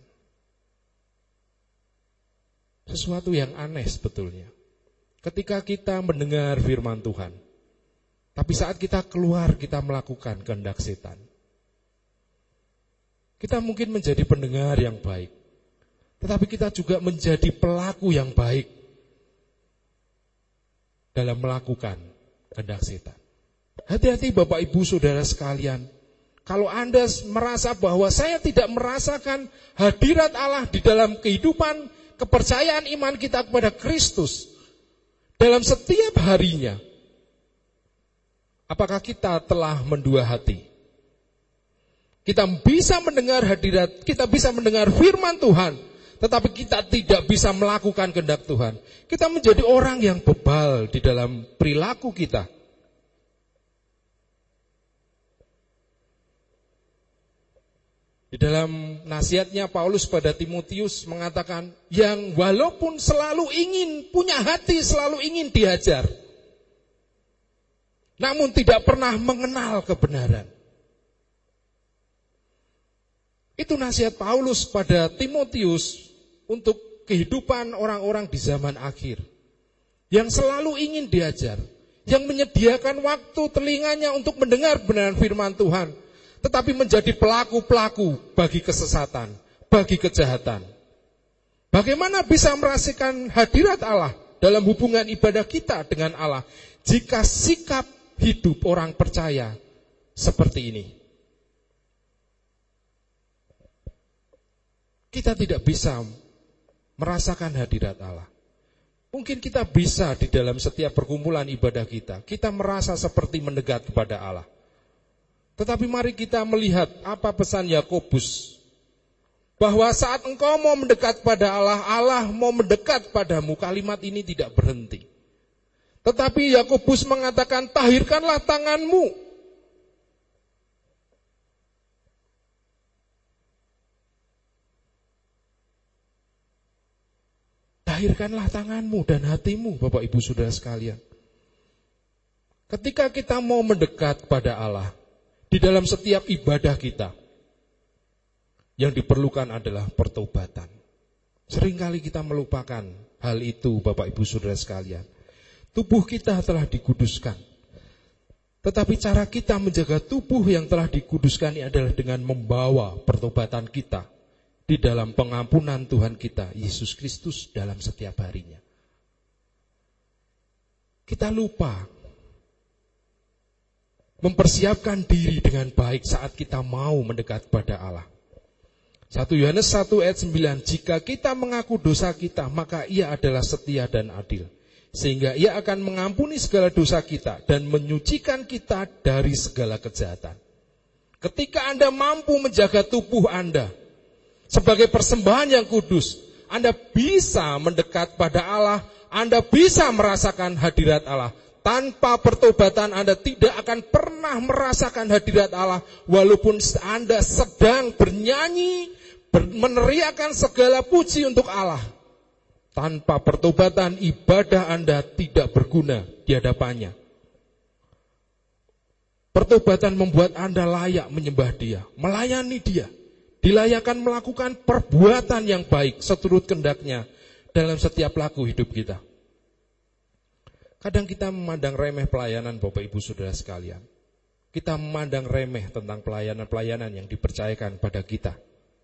Sesuatu yang aneh sebetulnya. Ketika kita mendengar firman Tuhan, tapi saat kita keluar kita melakukan kehendak setan. Kita mungkin menjadi pendengar yang baik, tetapi kita juga menjadi pelaku yang baik dalam melakukan kehendak setan. Hati-hati Bapak Ibu Saudara sekalian. Kalau Anda merasa bahwa saya tidak merasakan hadirat Allah di dalam kehidupan kepercayaan iman kita kepada Kristus dalam setiap harinya, apakah kita telah mendua hati? Kita bisa mendengar hadirat, kita bisa mendengar firman Tuhan, tetapi kita tidak bisa melakukan kehendak Tuhan. Kita menjadi orang yang bebal di dalam perilaku kita. Di dalam nasihatnya Paulus pada Timotius mengatakan, yang walaupun selalu ingin, punya hati selalu ingin diajar, namun tidak pernah mengenal kebenaran. Itu nasihat Paulus pada Timotius untuk kehidupan orang-orang di zaman akhir. Yang selalu ingin diajar, yang menyediakan waktu telinganya untuk mendengar kebenaran firman Tuhan, tetapi menjadi pelaku-pelaku bagi kesesatan, bagi kejahatan. Bagaimana bisa merasakan hadirat Allah dalam hubungan ibadah kita dengan Allah jika sikap hidup orang percaya seperti ini? Kita tidak bisa merasakan hadirat Allah. Mungkin kita bisa di dalam setiap perkumpulan ibadah kita merasa seperti mendekat kepada Allah. Tetapi mari kita melihat apa pesan Yakobus, bahwa saat engkau mau mendekat pada Allah, Allah mau mendekat padamu. Kalimat ini tidak berhenti. Tetapi Yakobus mengatakan, tahirkanlah tanganmu. Tahirkanlah tanganmu dan hatimu, Bapak Ibu Saudara sekalian. Ketika kita mau mendekat pada Allah, di dalam setiap ibadah kita, yang diperlukan adalah pertobatan. Seringkali kita melupakan hal itu, Bapak Ibu Saudara sekalian. Tubuh kita telah dikuduskan. Tetapi cara kita menjaga tubuh yang telah dikuduskan ini adalah dengan membawa pertobatan kita di dalam pengampunan Tuhan kita, Yesus Kristus, dalam setiap harinya. Kita lupa mempersiapkan diri dengan baik saat kita mau mendekat kepada Allah. 1 Yohanes 1 ayat 9, jika kita mengaku dosa kita, maka Ia adalah setia dan adil, sehingga Ia akan mengampuni segala dosa kita dan menyucikan kita dari segala kejahatan. Ketika Anda mampu menjaga tubuh Anda sebagai persembahan yang kudus, Anda bisa mendekat pada Allah, Anda bisa merasakan hadirat Allah. Tanpa pertobatan Anda tidak akan pernah merasakan hadirat Allah, walaupun Anda sedang bernyanyi, meneriakkan segala puji untuk Allah. Tanpa pertobatan ibadah Anda tidak berguna di hadapannya. Pertobatan membuat Anda layak menyembah Dia, melayani Dia, dilayakkan melakukan perbuatan yang baik seturut kehendak-Nya dalam setiap laku hidup kita. Kadang kita memandang remeh pelayanan Bapak Ibu Saudara sekalian. Kita memandang remeh tentang pelayanan-pelayanan yang dipercayakan pada kita.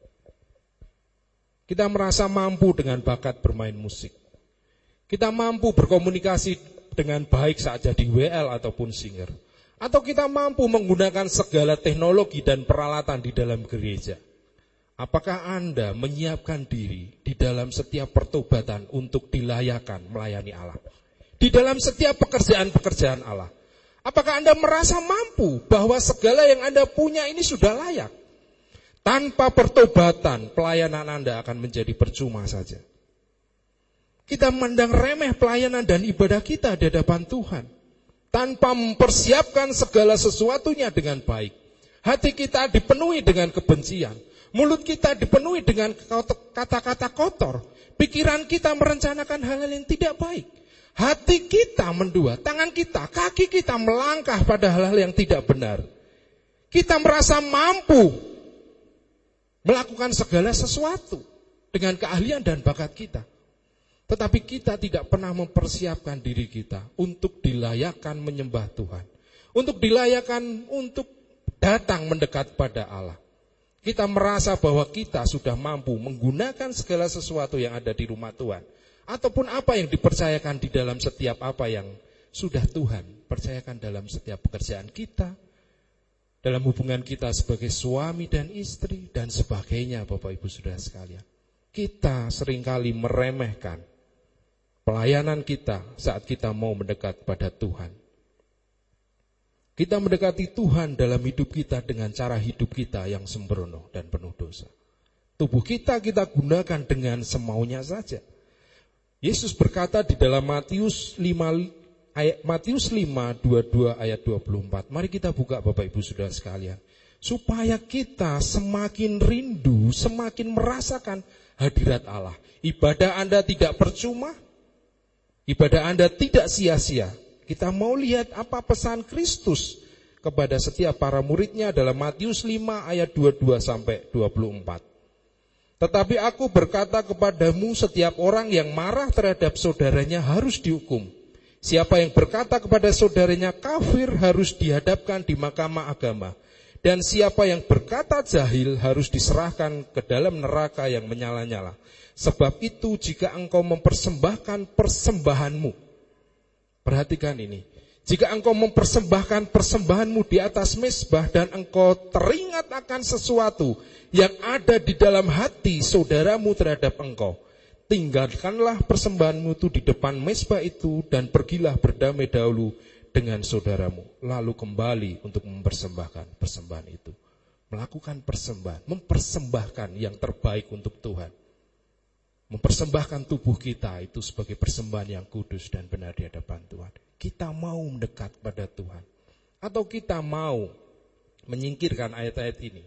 Kita merasa mampu dengan bakat bermain musik. Kita mampu berkomunikasi dengan baik saat jadi WL ataupun singer. Atau kita mampu menggunakan segala teknologi dan peralatan di dalam gereja. Apakah Anda menyiapkan diri di dalam setiap pertobatan untuk dilayakkan melayani Allah? Di dalam setiap pekerjaan-pekerjaan Allah. Apakah Anda merasa mampu bahwa segala yang Anda punya ini sudah layak? Tanpa pertobatan, pelayanan Anda akan menjadi percuma saja. Kita memandang remeh pelayanan dan ibadah kita di hadapan Tuhan. Tanpa mempersiapkan segala sesuatunya dengan baik. Hati kita dipenuhi dengan kebencian. Mulut kita dipenuhi dengan kata-kata kotor. Pikiran kita merencanakan hal-hal yang tidak baik. Hati kita mendua, tangan kita, kaki kita melangkah pada hal-hal yang tidak benar. Kita merasa mampu melakukan segala sesuatu dengan keahlian dan bakat kita. Tetapi kita tidak pernah mempersiapkan diri kita untuk dilayakkan menyembah Tuhan. Untuk dilayakkan untuk datang mendekat pada Allah. Kita merasa bahwa kita sudah mampu menggunakan segala sesuatu yang ada di rumah Tuhan. Ataupun apa yang dipercayakan di dalam setiap apa yang sudah Tuhan percayakan dalam setiap pekerjaan kita, dalam hubungan kita sebagai suami dan istri, dan sebagainya Bapak Ibu Saudara sekalian. Kita seringkali meremehkan pelayanan kita saat kita mau mendekat pada Tuhan. Kita mendekati Tuhan dalam hidup kita dengan cara hidup kita yang sembrono dan penuh dosa. Tubuh kita gunakan dengan semaunya saja. Yesus berkata di dalam Matius 5, 22 ayat 24. Mari kita buka Bapak Ibu Saudara sekalian. Supaya kita semakin rindu, semakin merasakan hadirat Allah. Ibadah Anda tidak percuma. Ibadah Anda tidak sia-sia. Kita mau lihat apa pesan Kristus kepada setiap para muridnya dalam Matius 5 ayat 22 sampai 24. Tetapi aku berkata kepadamu, setiap orang yang marah terhadap saudaranya harus dihukum. Siapa yang berkata kepada saudaranya kafir harus dihadapkan di mahkamah agama. Dan siapa yang berkata jahil harus diserahkan ke dalam neraka yang menyala-nyala. Sebab itu jika engkau mempersembahkan persembahanmu, perhatikan ini. Jika engkau mempersembahkan persembahanmu di atas mezbah dan engkau teringat akan sesuatu yang ada di dalam hati saudaramu terhadap engkau, tinggalkanlah persembahanmu itu di depan mezbah itu dan pergilah berdamai dahulu dengan saudaramu. Lalu kembali untuk mempersembahkan persembahan itu. Melakukan persembahan, mempersembahkan yang terbaik untuk Tuhan. Mempersembahkan tubuh kita itu sebagai persembahan yang kudus dan benar di hadapan Tuhan. Kita mau mendekat pada Tuhan. Atau kita mau menyingkirkan ayat-ayat ini.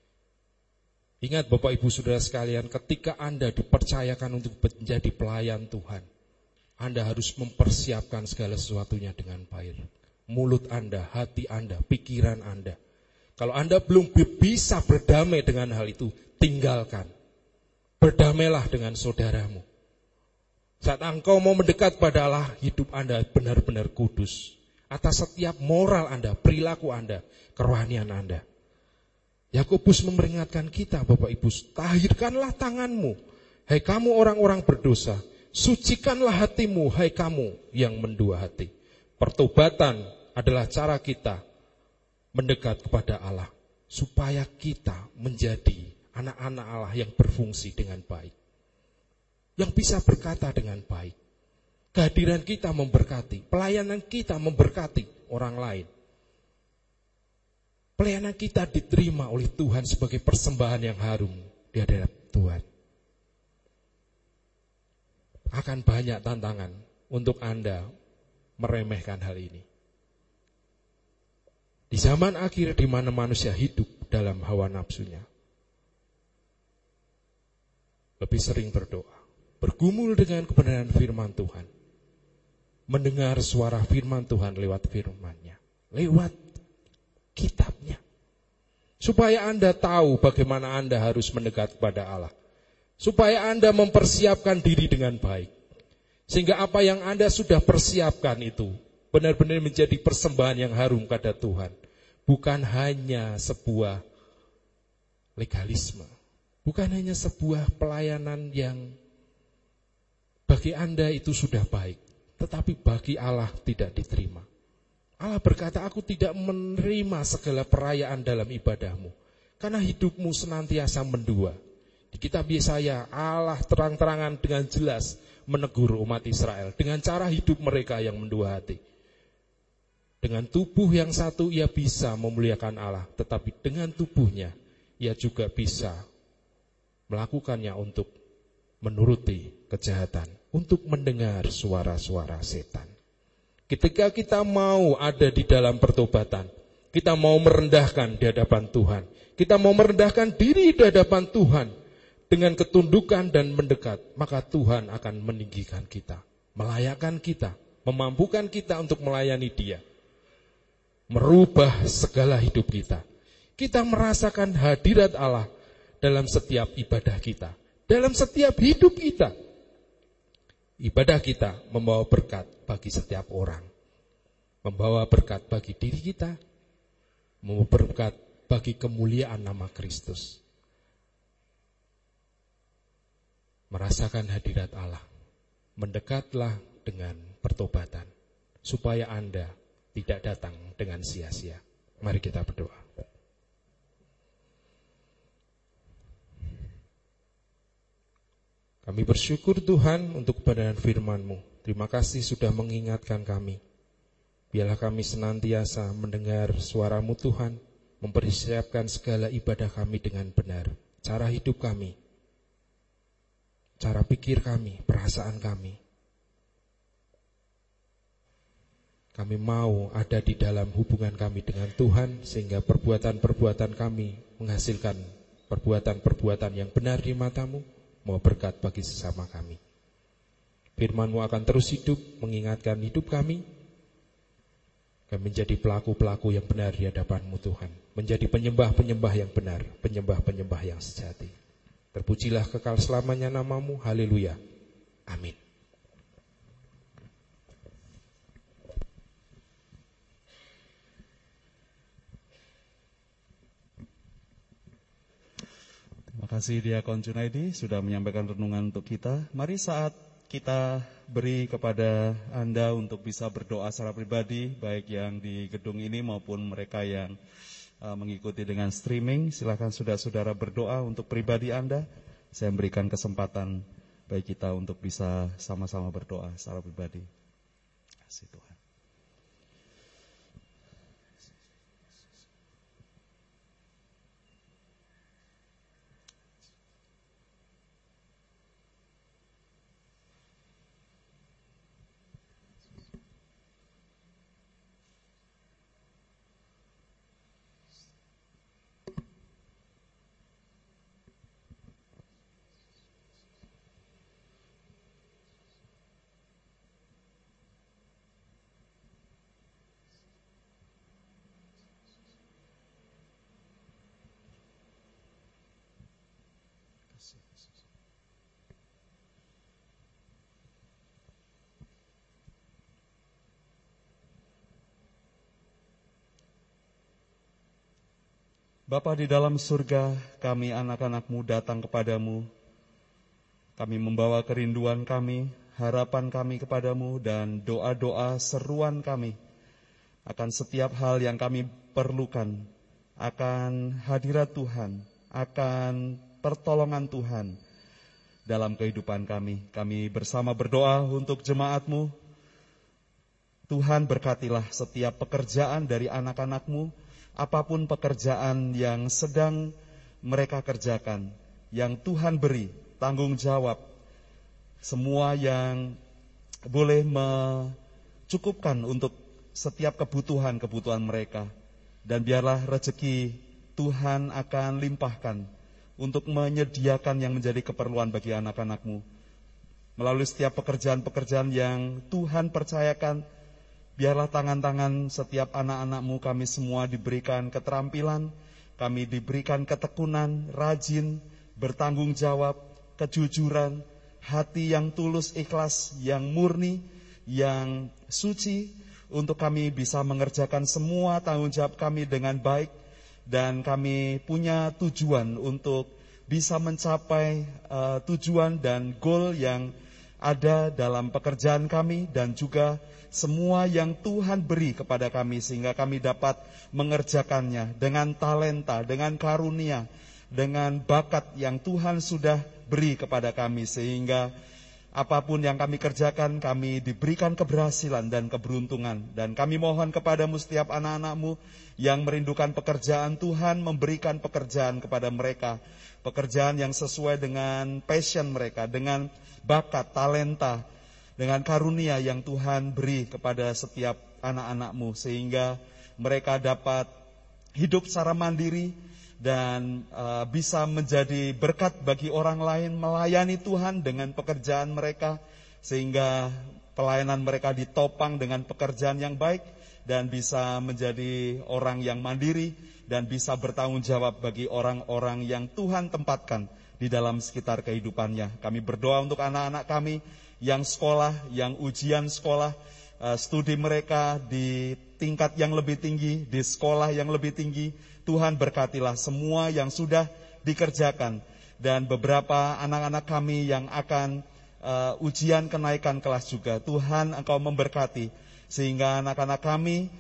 Ingat Bapak Ibu Saudara sekalian, ketika Anda dipercayakan untuk menjadi pelayan Tuhan, Anda harus mempersiapkan segala sesuatunya dengan baik. Mulut Anda, hati Anda, pikiran Anda. Kalau Anda belum bisa berdamai dengan hal itu, tinggalkan. Berdamailah dengan saudaramu. Saat engkau mau mendekat pada Allah, hidup Anda benar-benar kudus. Atas setiap moral Anda, perilaku Anda, kerohanian Anda. Yakobus memperingatkan kita, Bapak Ibu, tahirkanlah tanganmu, hai kamu orang-orang berdosa. Sucikanlah hatimu, hai kamu yang mendua hati. Pertobatan adalah cara kita mendekat kepada Allah, supaya kita menjadi anak-anak Allah yang berfungsi dengan baik, yang bisa berkata dengan baik. Kehadiran kita memberkati, pelayanan kita memberkati orang lain. Pelayanan kita diterima oleh Tuhan sebagai persembahan yang harum di hadapan Tuhan. Akan banyak tantangan untuk Anda meremehkan hal ini. Di zaman akhir di mana manusia hidup dalam hawa nafsunya, lebih sering berdoa, bergumul dengan kebenaran firman Tuhan, mendengar suara firman Tuhan lewat firman-Nya, lewat kitabnya, supaya Anda tahu bagaimana Anda harus mendekat kepada Allah, supaya Anda mempersiapkan diri dengan baik, sehingga apa yang Anda sudah persiapkan itu benar-benar menjadi persembahan yang harum kepada Tuhan. Bukan hanya sebuah legalisme, bukan hanya sebuah pelayanan yang bagi Anda itu sudah baik, tetapi bagi Allah tidak diterima. Allah berkata, aku tidak menerima segala perayaan dalam ibadahmu, karena hidupmu senantiasa mendua. Di kitab Yesaya, Allah terang-terangan dengan jelas menegur umat Israel dengan cara hidup mereka yang mendua hati. Dengan tubuh yang satu ia bisa memuliakan Allah, tetapi dengan tubuhnya ia juga bisa melakukannya untuk menuruti kejahatan, untuk mendengar suara-suara setan. Ketika kita mau ada di dalam pertobatan, kita mau merendahkan di hadapan Tuhan, kita mau merendahkan diri di hadapan Tuhan dengan ketundukan dan mendekat, maka Tuhan akan meninggikan kita, melayakkan kita, memampukan kita untuk melayani Dia, merubah segala hidup kita. Kita merasakan hadirat Allah dalam setiap ibadah kita, dalam setiap hidup kita. Ibadah kita membawa berkat bagi setiap orang, membawa berkat bagi diri kita, membawa berkat bagi kemuliaan nama Kristus. Merasakan hadirat Allah, mendekatlah dengan pertobatan, supaya Anda tidak datang dengan sia-sia. Mari kita berdoa. Kami bersyukur Tuhan untuk kebenaran firman-Mu. Terima kasih sudah mengingatkan kami. Biarlah kami senantiasa mendengar suara-Mu Tuhan, mempersiapkan segala ibadah kami dengan benar. Cara hidup kami, cara pikir kami, perasaan kami. Kami mau ada di dalam hubungan kami dengan Tuhan, sehingga perbuatan-perbuatan kami menghasilkan perbuatan-perbuatan yang benar di mata-Mu, mau berkat bagi sesama kami. Firman-Mu akan terus hidup, mengingatkan hidup kami menjadi pelaku-pelaku yang benar di hadapan-Mu Tuhan, menjadi penyembah-penyembah yang benar, penyembah-penyembah yang sejati. Terpujilah kekal selamanya nama-Mu, haleluya, amin. Terima kasih Diakon Junaidi sudah menyampaikan renungan untuk kita. Mari saat kita beri kepada Anda untuk bisa berdoa secara pribadi, baik yang di gedung ini maupun mereka yang mengikuti dengan streaming. Silakan saudara-saudara berdoa untuk pribadi Anda. Saya memberikan kesempatan bagi kita untuk bisa sama-sama berdoa secara pribadi. Terima kasih Tuhan. Bapa di dalam surga, kami anak-anak-Mu datang kepadamu. Kami membawa kerinduan kami, harapan kami kepadamu, dan doa-doa seruan kami akan setiap hal yang kami perlukan, akan hadirat Tuhan, akan pertolongan Tuhan dalam kehidupan kami. Kami bersama berdoa untuk jemaat-Mu. Tuhan, berkatilah setiap pekerjaan dari anak-anak-Mu, apapun pekerjaan yang sedang mereka kerjakan, yang Tuhan beri tanggung jawab, semua yang boleh mencukupkan untuk setiap kebutuhan-kebutuhan mereka. Dan biarlah rezeki Tuhan akan limpahkan untuk menyediakan yang menjadi keperluan bagi anak-anak-Mu. Melalui setiap pekerjaan-pekerjaan yang Tuhan percayakan, biarlah tangan-tangan setiap anak-anak-Mu kami semua diberikan keterampilan, kami diberikan ketekunan, rajin, bertanggung jawab, kejujuran, hati yang tulus, ikhlas, yang murni, yang suci, untuk kami bisa mengerjakan semua tanggung jawab kami dengan baik. Dan kami punya tujuan untuk bisa mencapai tujuan dan goal yang ada dalam pekerjaan kami, dan juga semua yang Tuhan beri kepada kami, sehingga kami dapat mengerjakannya dengan talenta, dengan karunia, dengan bakat yang Tuhan sudah beri kepada kami, sehingga apapun yang kami kerjakan, kami diberikan keberhasilan dan keberuntungan. Dan kami mohon kepadamu setiap anak-anak-Mu yang merindukan pekerjaan, Tuhan memberikan pekerjaan kepada mereka, pekerjaan yang sesuai dengan passion mereka, dengan bakat, talenta, dengan karunia yang Tuhan beri kepada setiap anak-anak-Mu, sehingga mereka dapat hidup secara mandiri dan bisa menjadi berkat bagi orang lain, melayani Tuhan dengan pekerjaan mereka, sehingga pelayanan mereka ditopang dengan pekerjaan yang baik, dan bisa menjadi orang yang mandiri, dan bisa bertanggung jawab bagi orang-orang yang Tuhan tempatkan di dalam sekitar kehidupannya. Kami berdoa untuk anak-anak kami yang sekolah, yang ujian sekolah, studi mereka di tingkat yang lebih tinggi, di sekolah yang lebih tinggi. Tuhan, berkatilah semua yang sudah dikerjakan, dan beberapa anak-anak kami yang akan ujian kenaikan kelas juga. Tuhan, Engkau memberkati sehingga anak-anak kami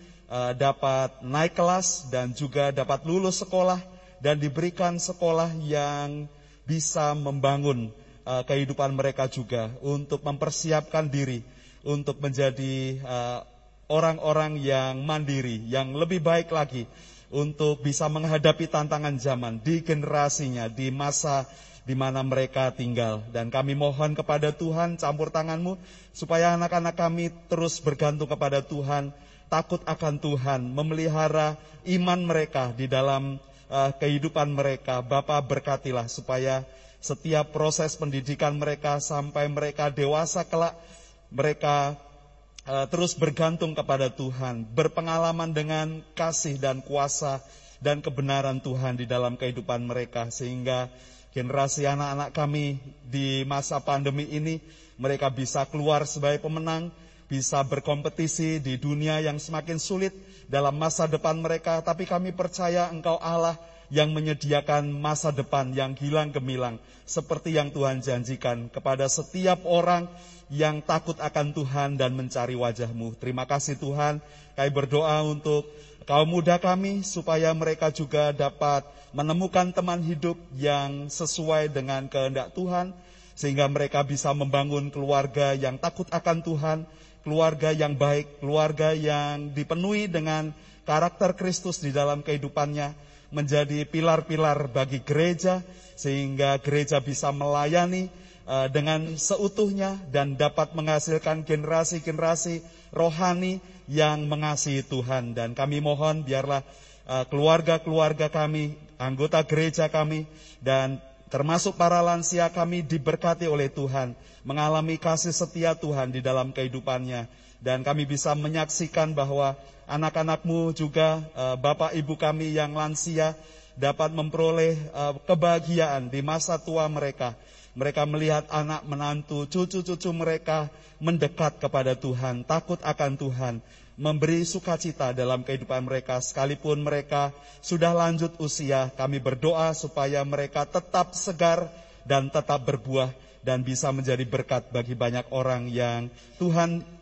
dapat naik kelas dan juga dapat lulus sekolah, dan diberikan sekolah yang bisa membangun kehidupan mereka juga, untuk mempersiapkan diri untuk menjadi orang-orang yang mandiri, yang lebih baik lagi, untuk bisa menghadapi tantangan zaman di generasinya, di masa di mana mereka tinggal. Dan kami mohon kepada Tuhan, campur tangan-Mu, supaya anak-anak kami terus bergantung kepada Tuhan, takut akan Tuhan, memelihara iman mereka di dalam kehidupan mereka. Bapa, berkatilah supaya setiap proses pendidikan mereka sampai mereka dewasa kelak, mereka terus bergantung kepada Tuhan, berpengalaman dengan kasih dan kuasa dan kebenaran Tuhan di dalam kehidupan mereka, sehingga generasi anak-anak kami di masa pandemi ini, mereka bisa keluar sebagai pemenang, bisa berkompetisi di dunia yang semakin sulit dalam masa depan mereka. Tapi kami percaya Engkau Allah yang menyediakan masa depan yang gilang gemilang, seperti yang Tuhan janjikan kepada setiap orang yang takut akan Tuhan dan mencari wajah-Mu. Terima kasih Tuhan. Kami berdoa untuk kaum muda kami, supaya mereka juga dapat menemukan teman hidup yang sesuai dengan kehendak Tuhan, sehingga mereka bisa membangun keluarga yang takut akan Tuhan, keluarga yang baik, keluarga yang dipenuhi dengan karakter Kristus di dalam kehidupannya, menjadi pilar-pilar bagi gereja, sehingga gereja bisa melayani dengan seutuhnya dan dapat menghasilkan generasi-generasi rohani yang mengasihi Tuhan. Dan kami mohon biarlah keluarga-keluarga kami, anggota gereja kami, dan termasuk para lansia kami diberkati oleh Tuhan, mengalami kasih setia Tuhan di dalam kehidupannya. Dan kami bisa menyaksikan bahwa anak-anak-Mu juga, Bapak Ibu kami yang lansia, dapat memperoleh kebahagiaan di masa tua mereka. Mereka melihat anak menantu, cucu-cucu mereka mendekat kepada Tuhan, takut akan Tuhan, memberi sukacita dalam kehidupan mereka. Sekalipun mereka sudah lanjut usia, kami berdoa supaya mereka tetap segar dan tetap berbuah, dan bisa menjadi berkat bagi banyak orang yang Tuhan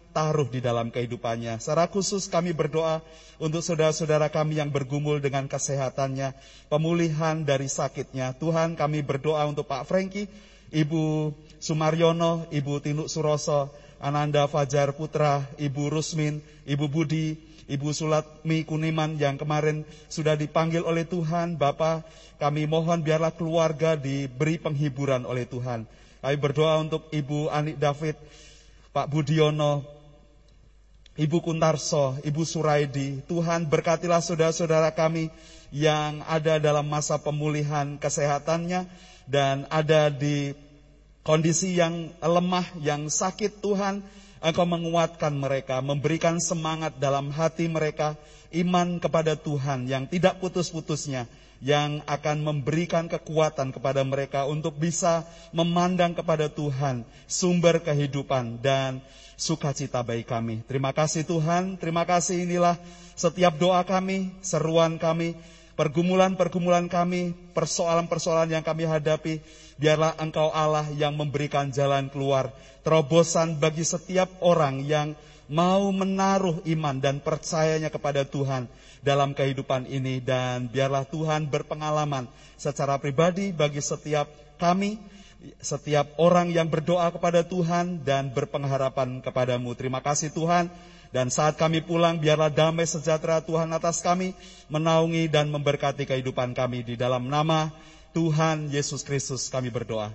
taruh di dalam kehidupannya. Secara khusus kami berdoa untuk saudara-saudara kami yang bergumul dengan kesehatannya, pemulihan dari sakitnya. Tuhan, kami berdoa untuk Pak Franky, Ibu Sumaryono, Ibu Tinuk Suroso, Ananda Fajar Putra, Ibu Rusmin, Ibu Budi, Ibu Sulatmi Kuniman yang kemarin sudah dipanggil oleh Tuhan. Bapa, kami mohon biarlah keluarga diberi penghiburan oleh Tuhan. Kami berdoa untuk Ibu Anik David, Pak Budiono, Ibu Kuntarso, Ibu Suraidi. Tuhan, berkatilah saudara-saudara kami yang ada dalam masa pemulihan kesehatannya dan ada di kondisi yang lemah, yang sakit. Tuhan, Engkau menguatkan mereka, memberikan semangat dalam hati mereka, iman kepada Tuhan yang tidak putus-putusnya, yang akan memberikan kekuatan kepada mereka untuk bisa memandang kepada Tuhan, sumber kehidupan dan sukacita bagi kami. Terima kasih Tuhan, terima kasih. Inilah setiap doa kami, seruan kami, pergumulan-pergumulan kami, persoalan-persoalan yang kami hadapi. Biarlah Engkau Allah yang memberikan jalan keluar, terobosan bagi setiap orang yang mau menaruh iman dan percayanya kepada Tuhan dalam kehidupan ini. Dan biarlah Tuhan berpengalaman secara pribadi bagi setiap kami, setiap orang yang berdoa kepada Tuhan dan berpengharapan kepadamu. Terima kasih Tuhan. Dan saat kami pulang, biarlah damai sejahtera Tuhan atas kami, menaungi dan memberkati kehidupan kami. Di dalam nama Tuhan Yesus Kristus kami berdoa.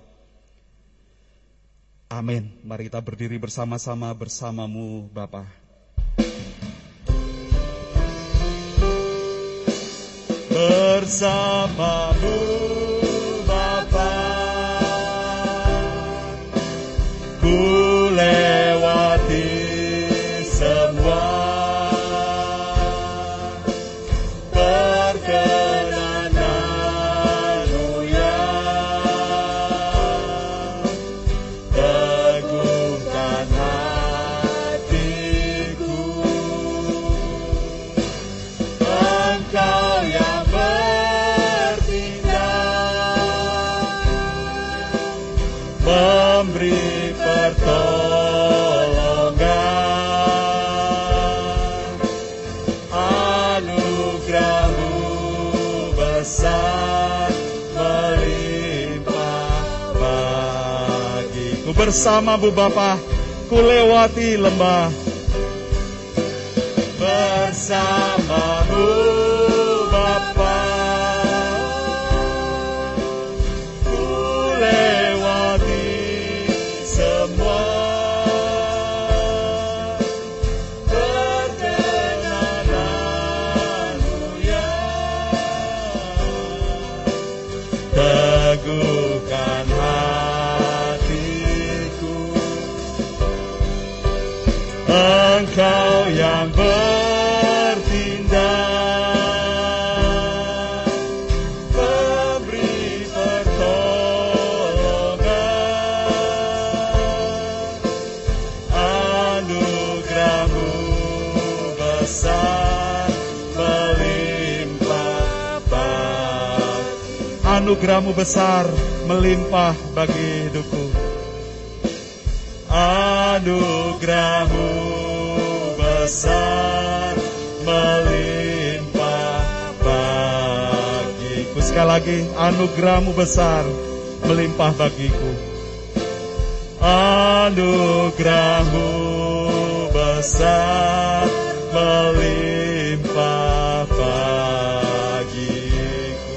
Amin. Mari kita berdiri bersama-sama bersamamu Bapa. Bersamamu Bapa, ku lewati semua perkenananmu yang teguhkan hatiku. Engkau yang bertindak, memberi pertolongan, anugerah-Mu besar melimpah bagiku. Bersama-Mu Bapa, ku lewati lembah. Bersama-Mu Bapa, ku lewati semua perkenananmu yang teguhkan hatiku. Engkau yang bertindak, memberi pertolongan, anugerah-Mu besar melimpah bagi. Anugerah-Mu besar melimpah bagi hidupku. Anugerah-Mu besar melimpah bagiku. Sekali lagi, anugerah-Mu besar melimpah bagiku. Anugerah-Mu besar melimpah bagiku.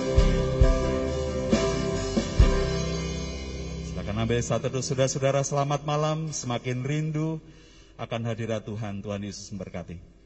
Silakan ambil satu teduh saudara-saudara. Selamat malam. Semakin rindu akan hadirat Tuhan. Tuhan Yesus memberkati.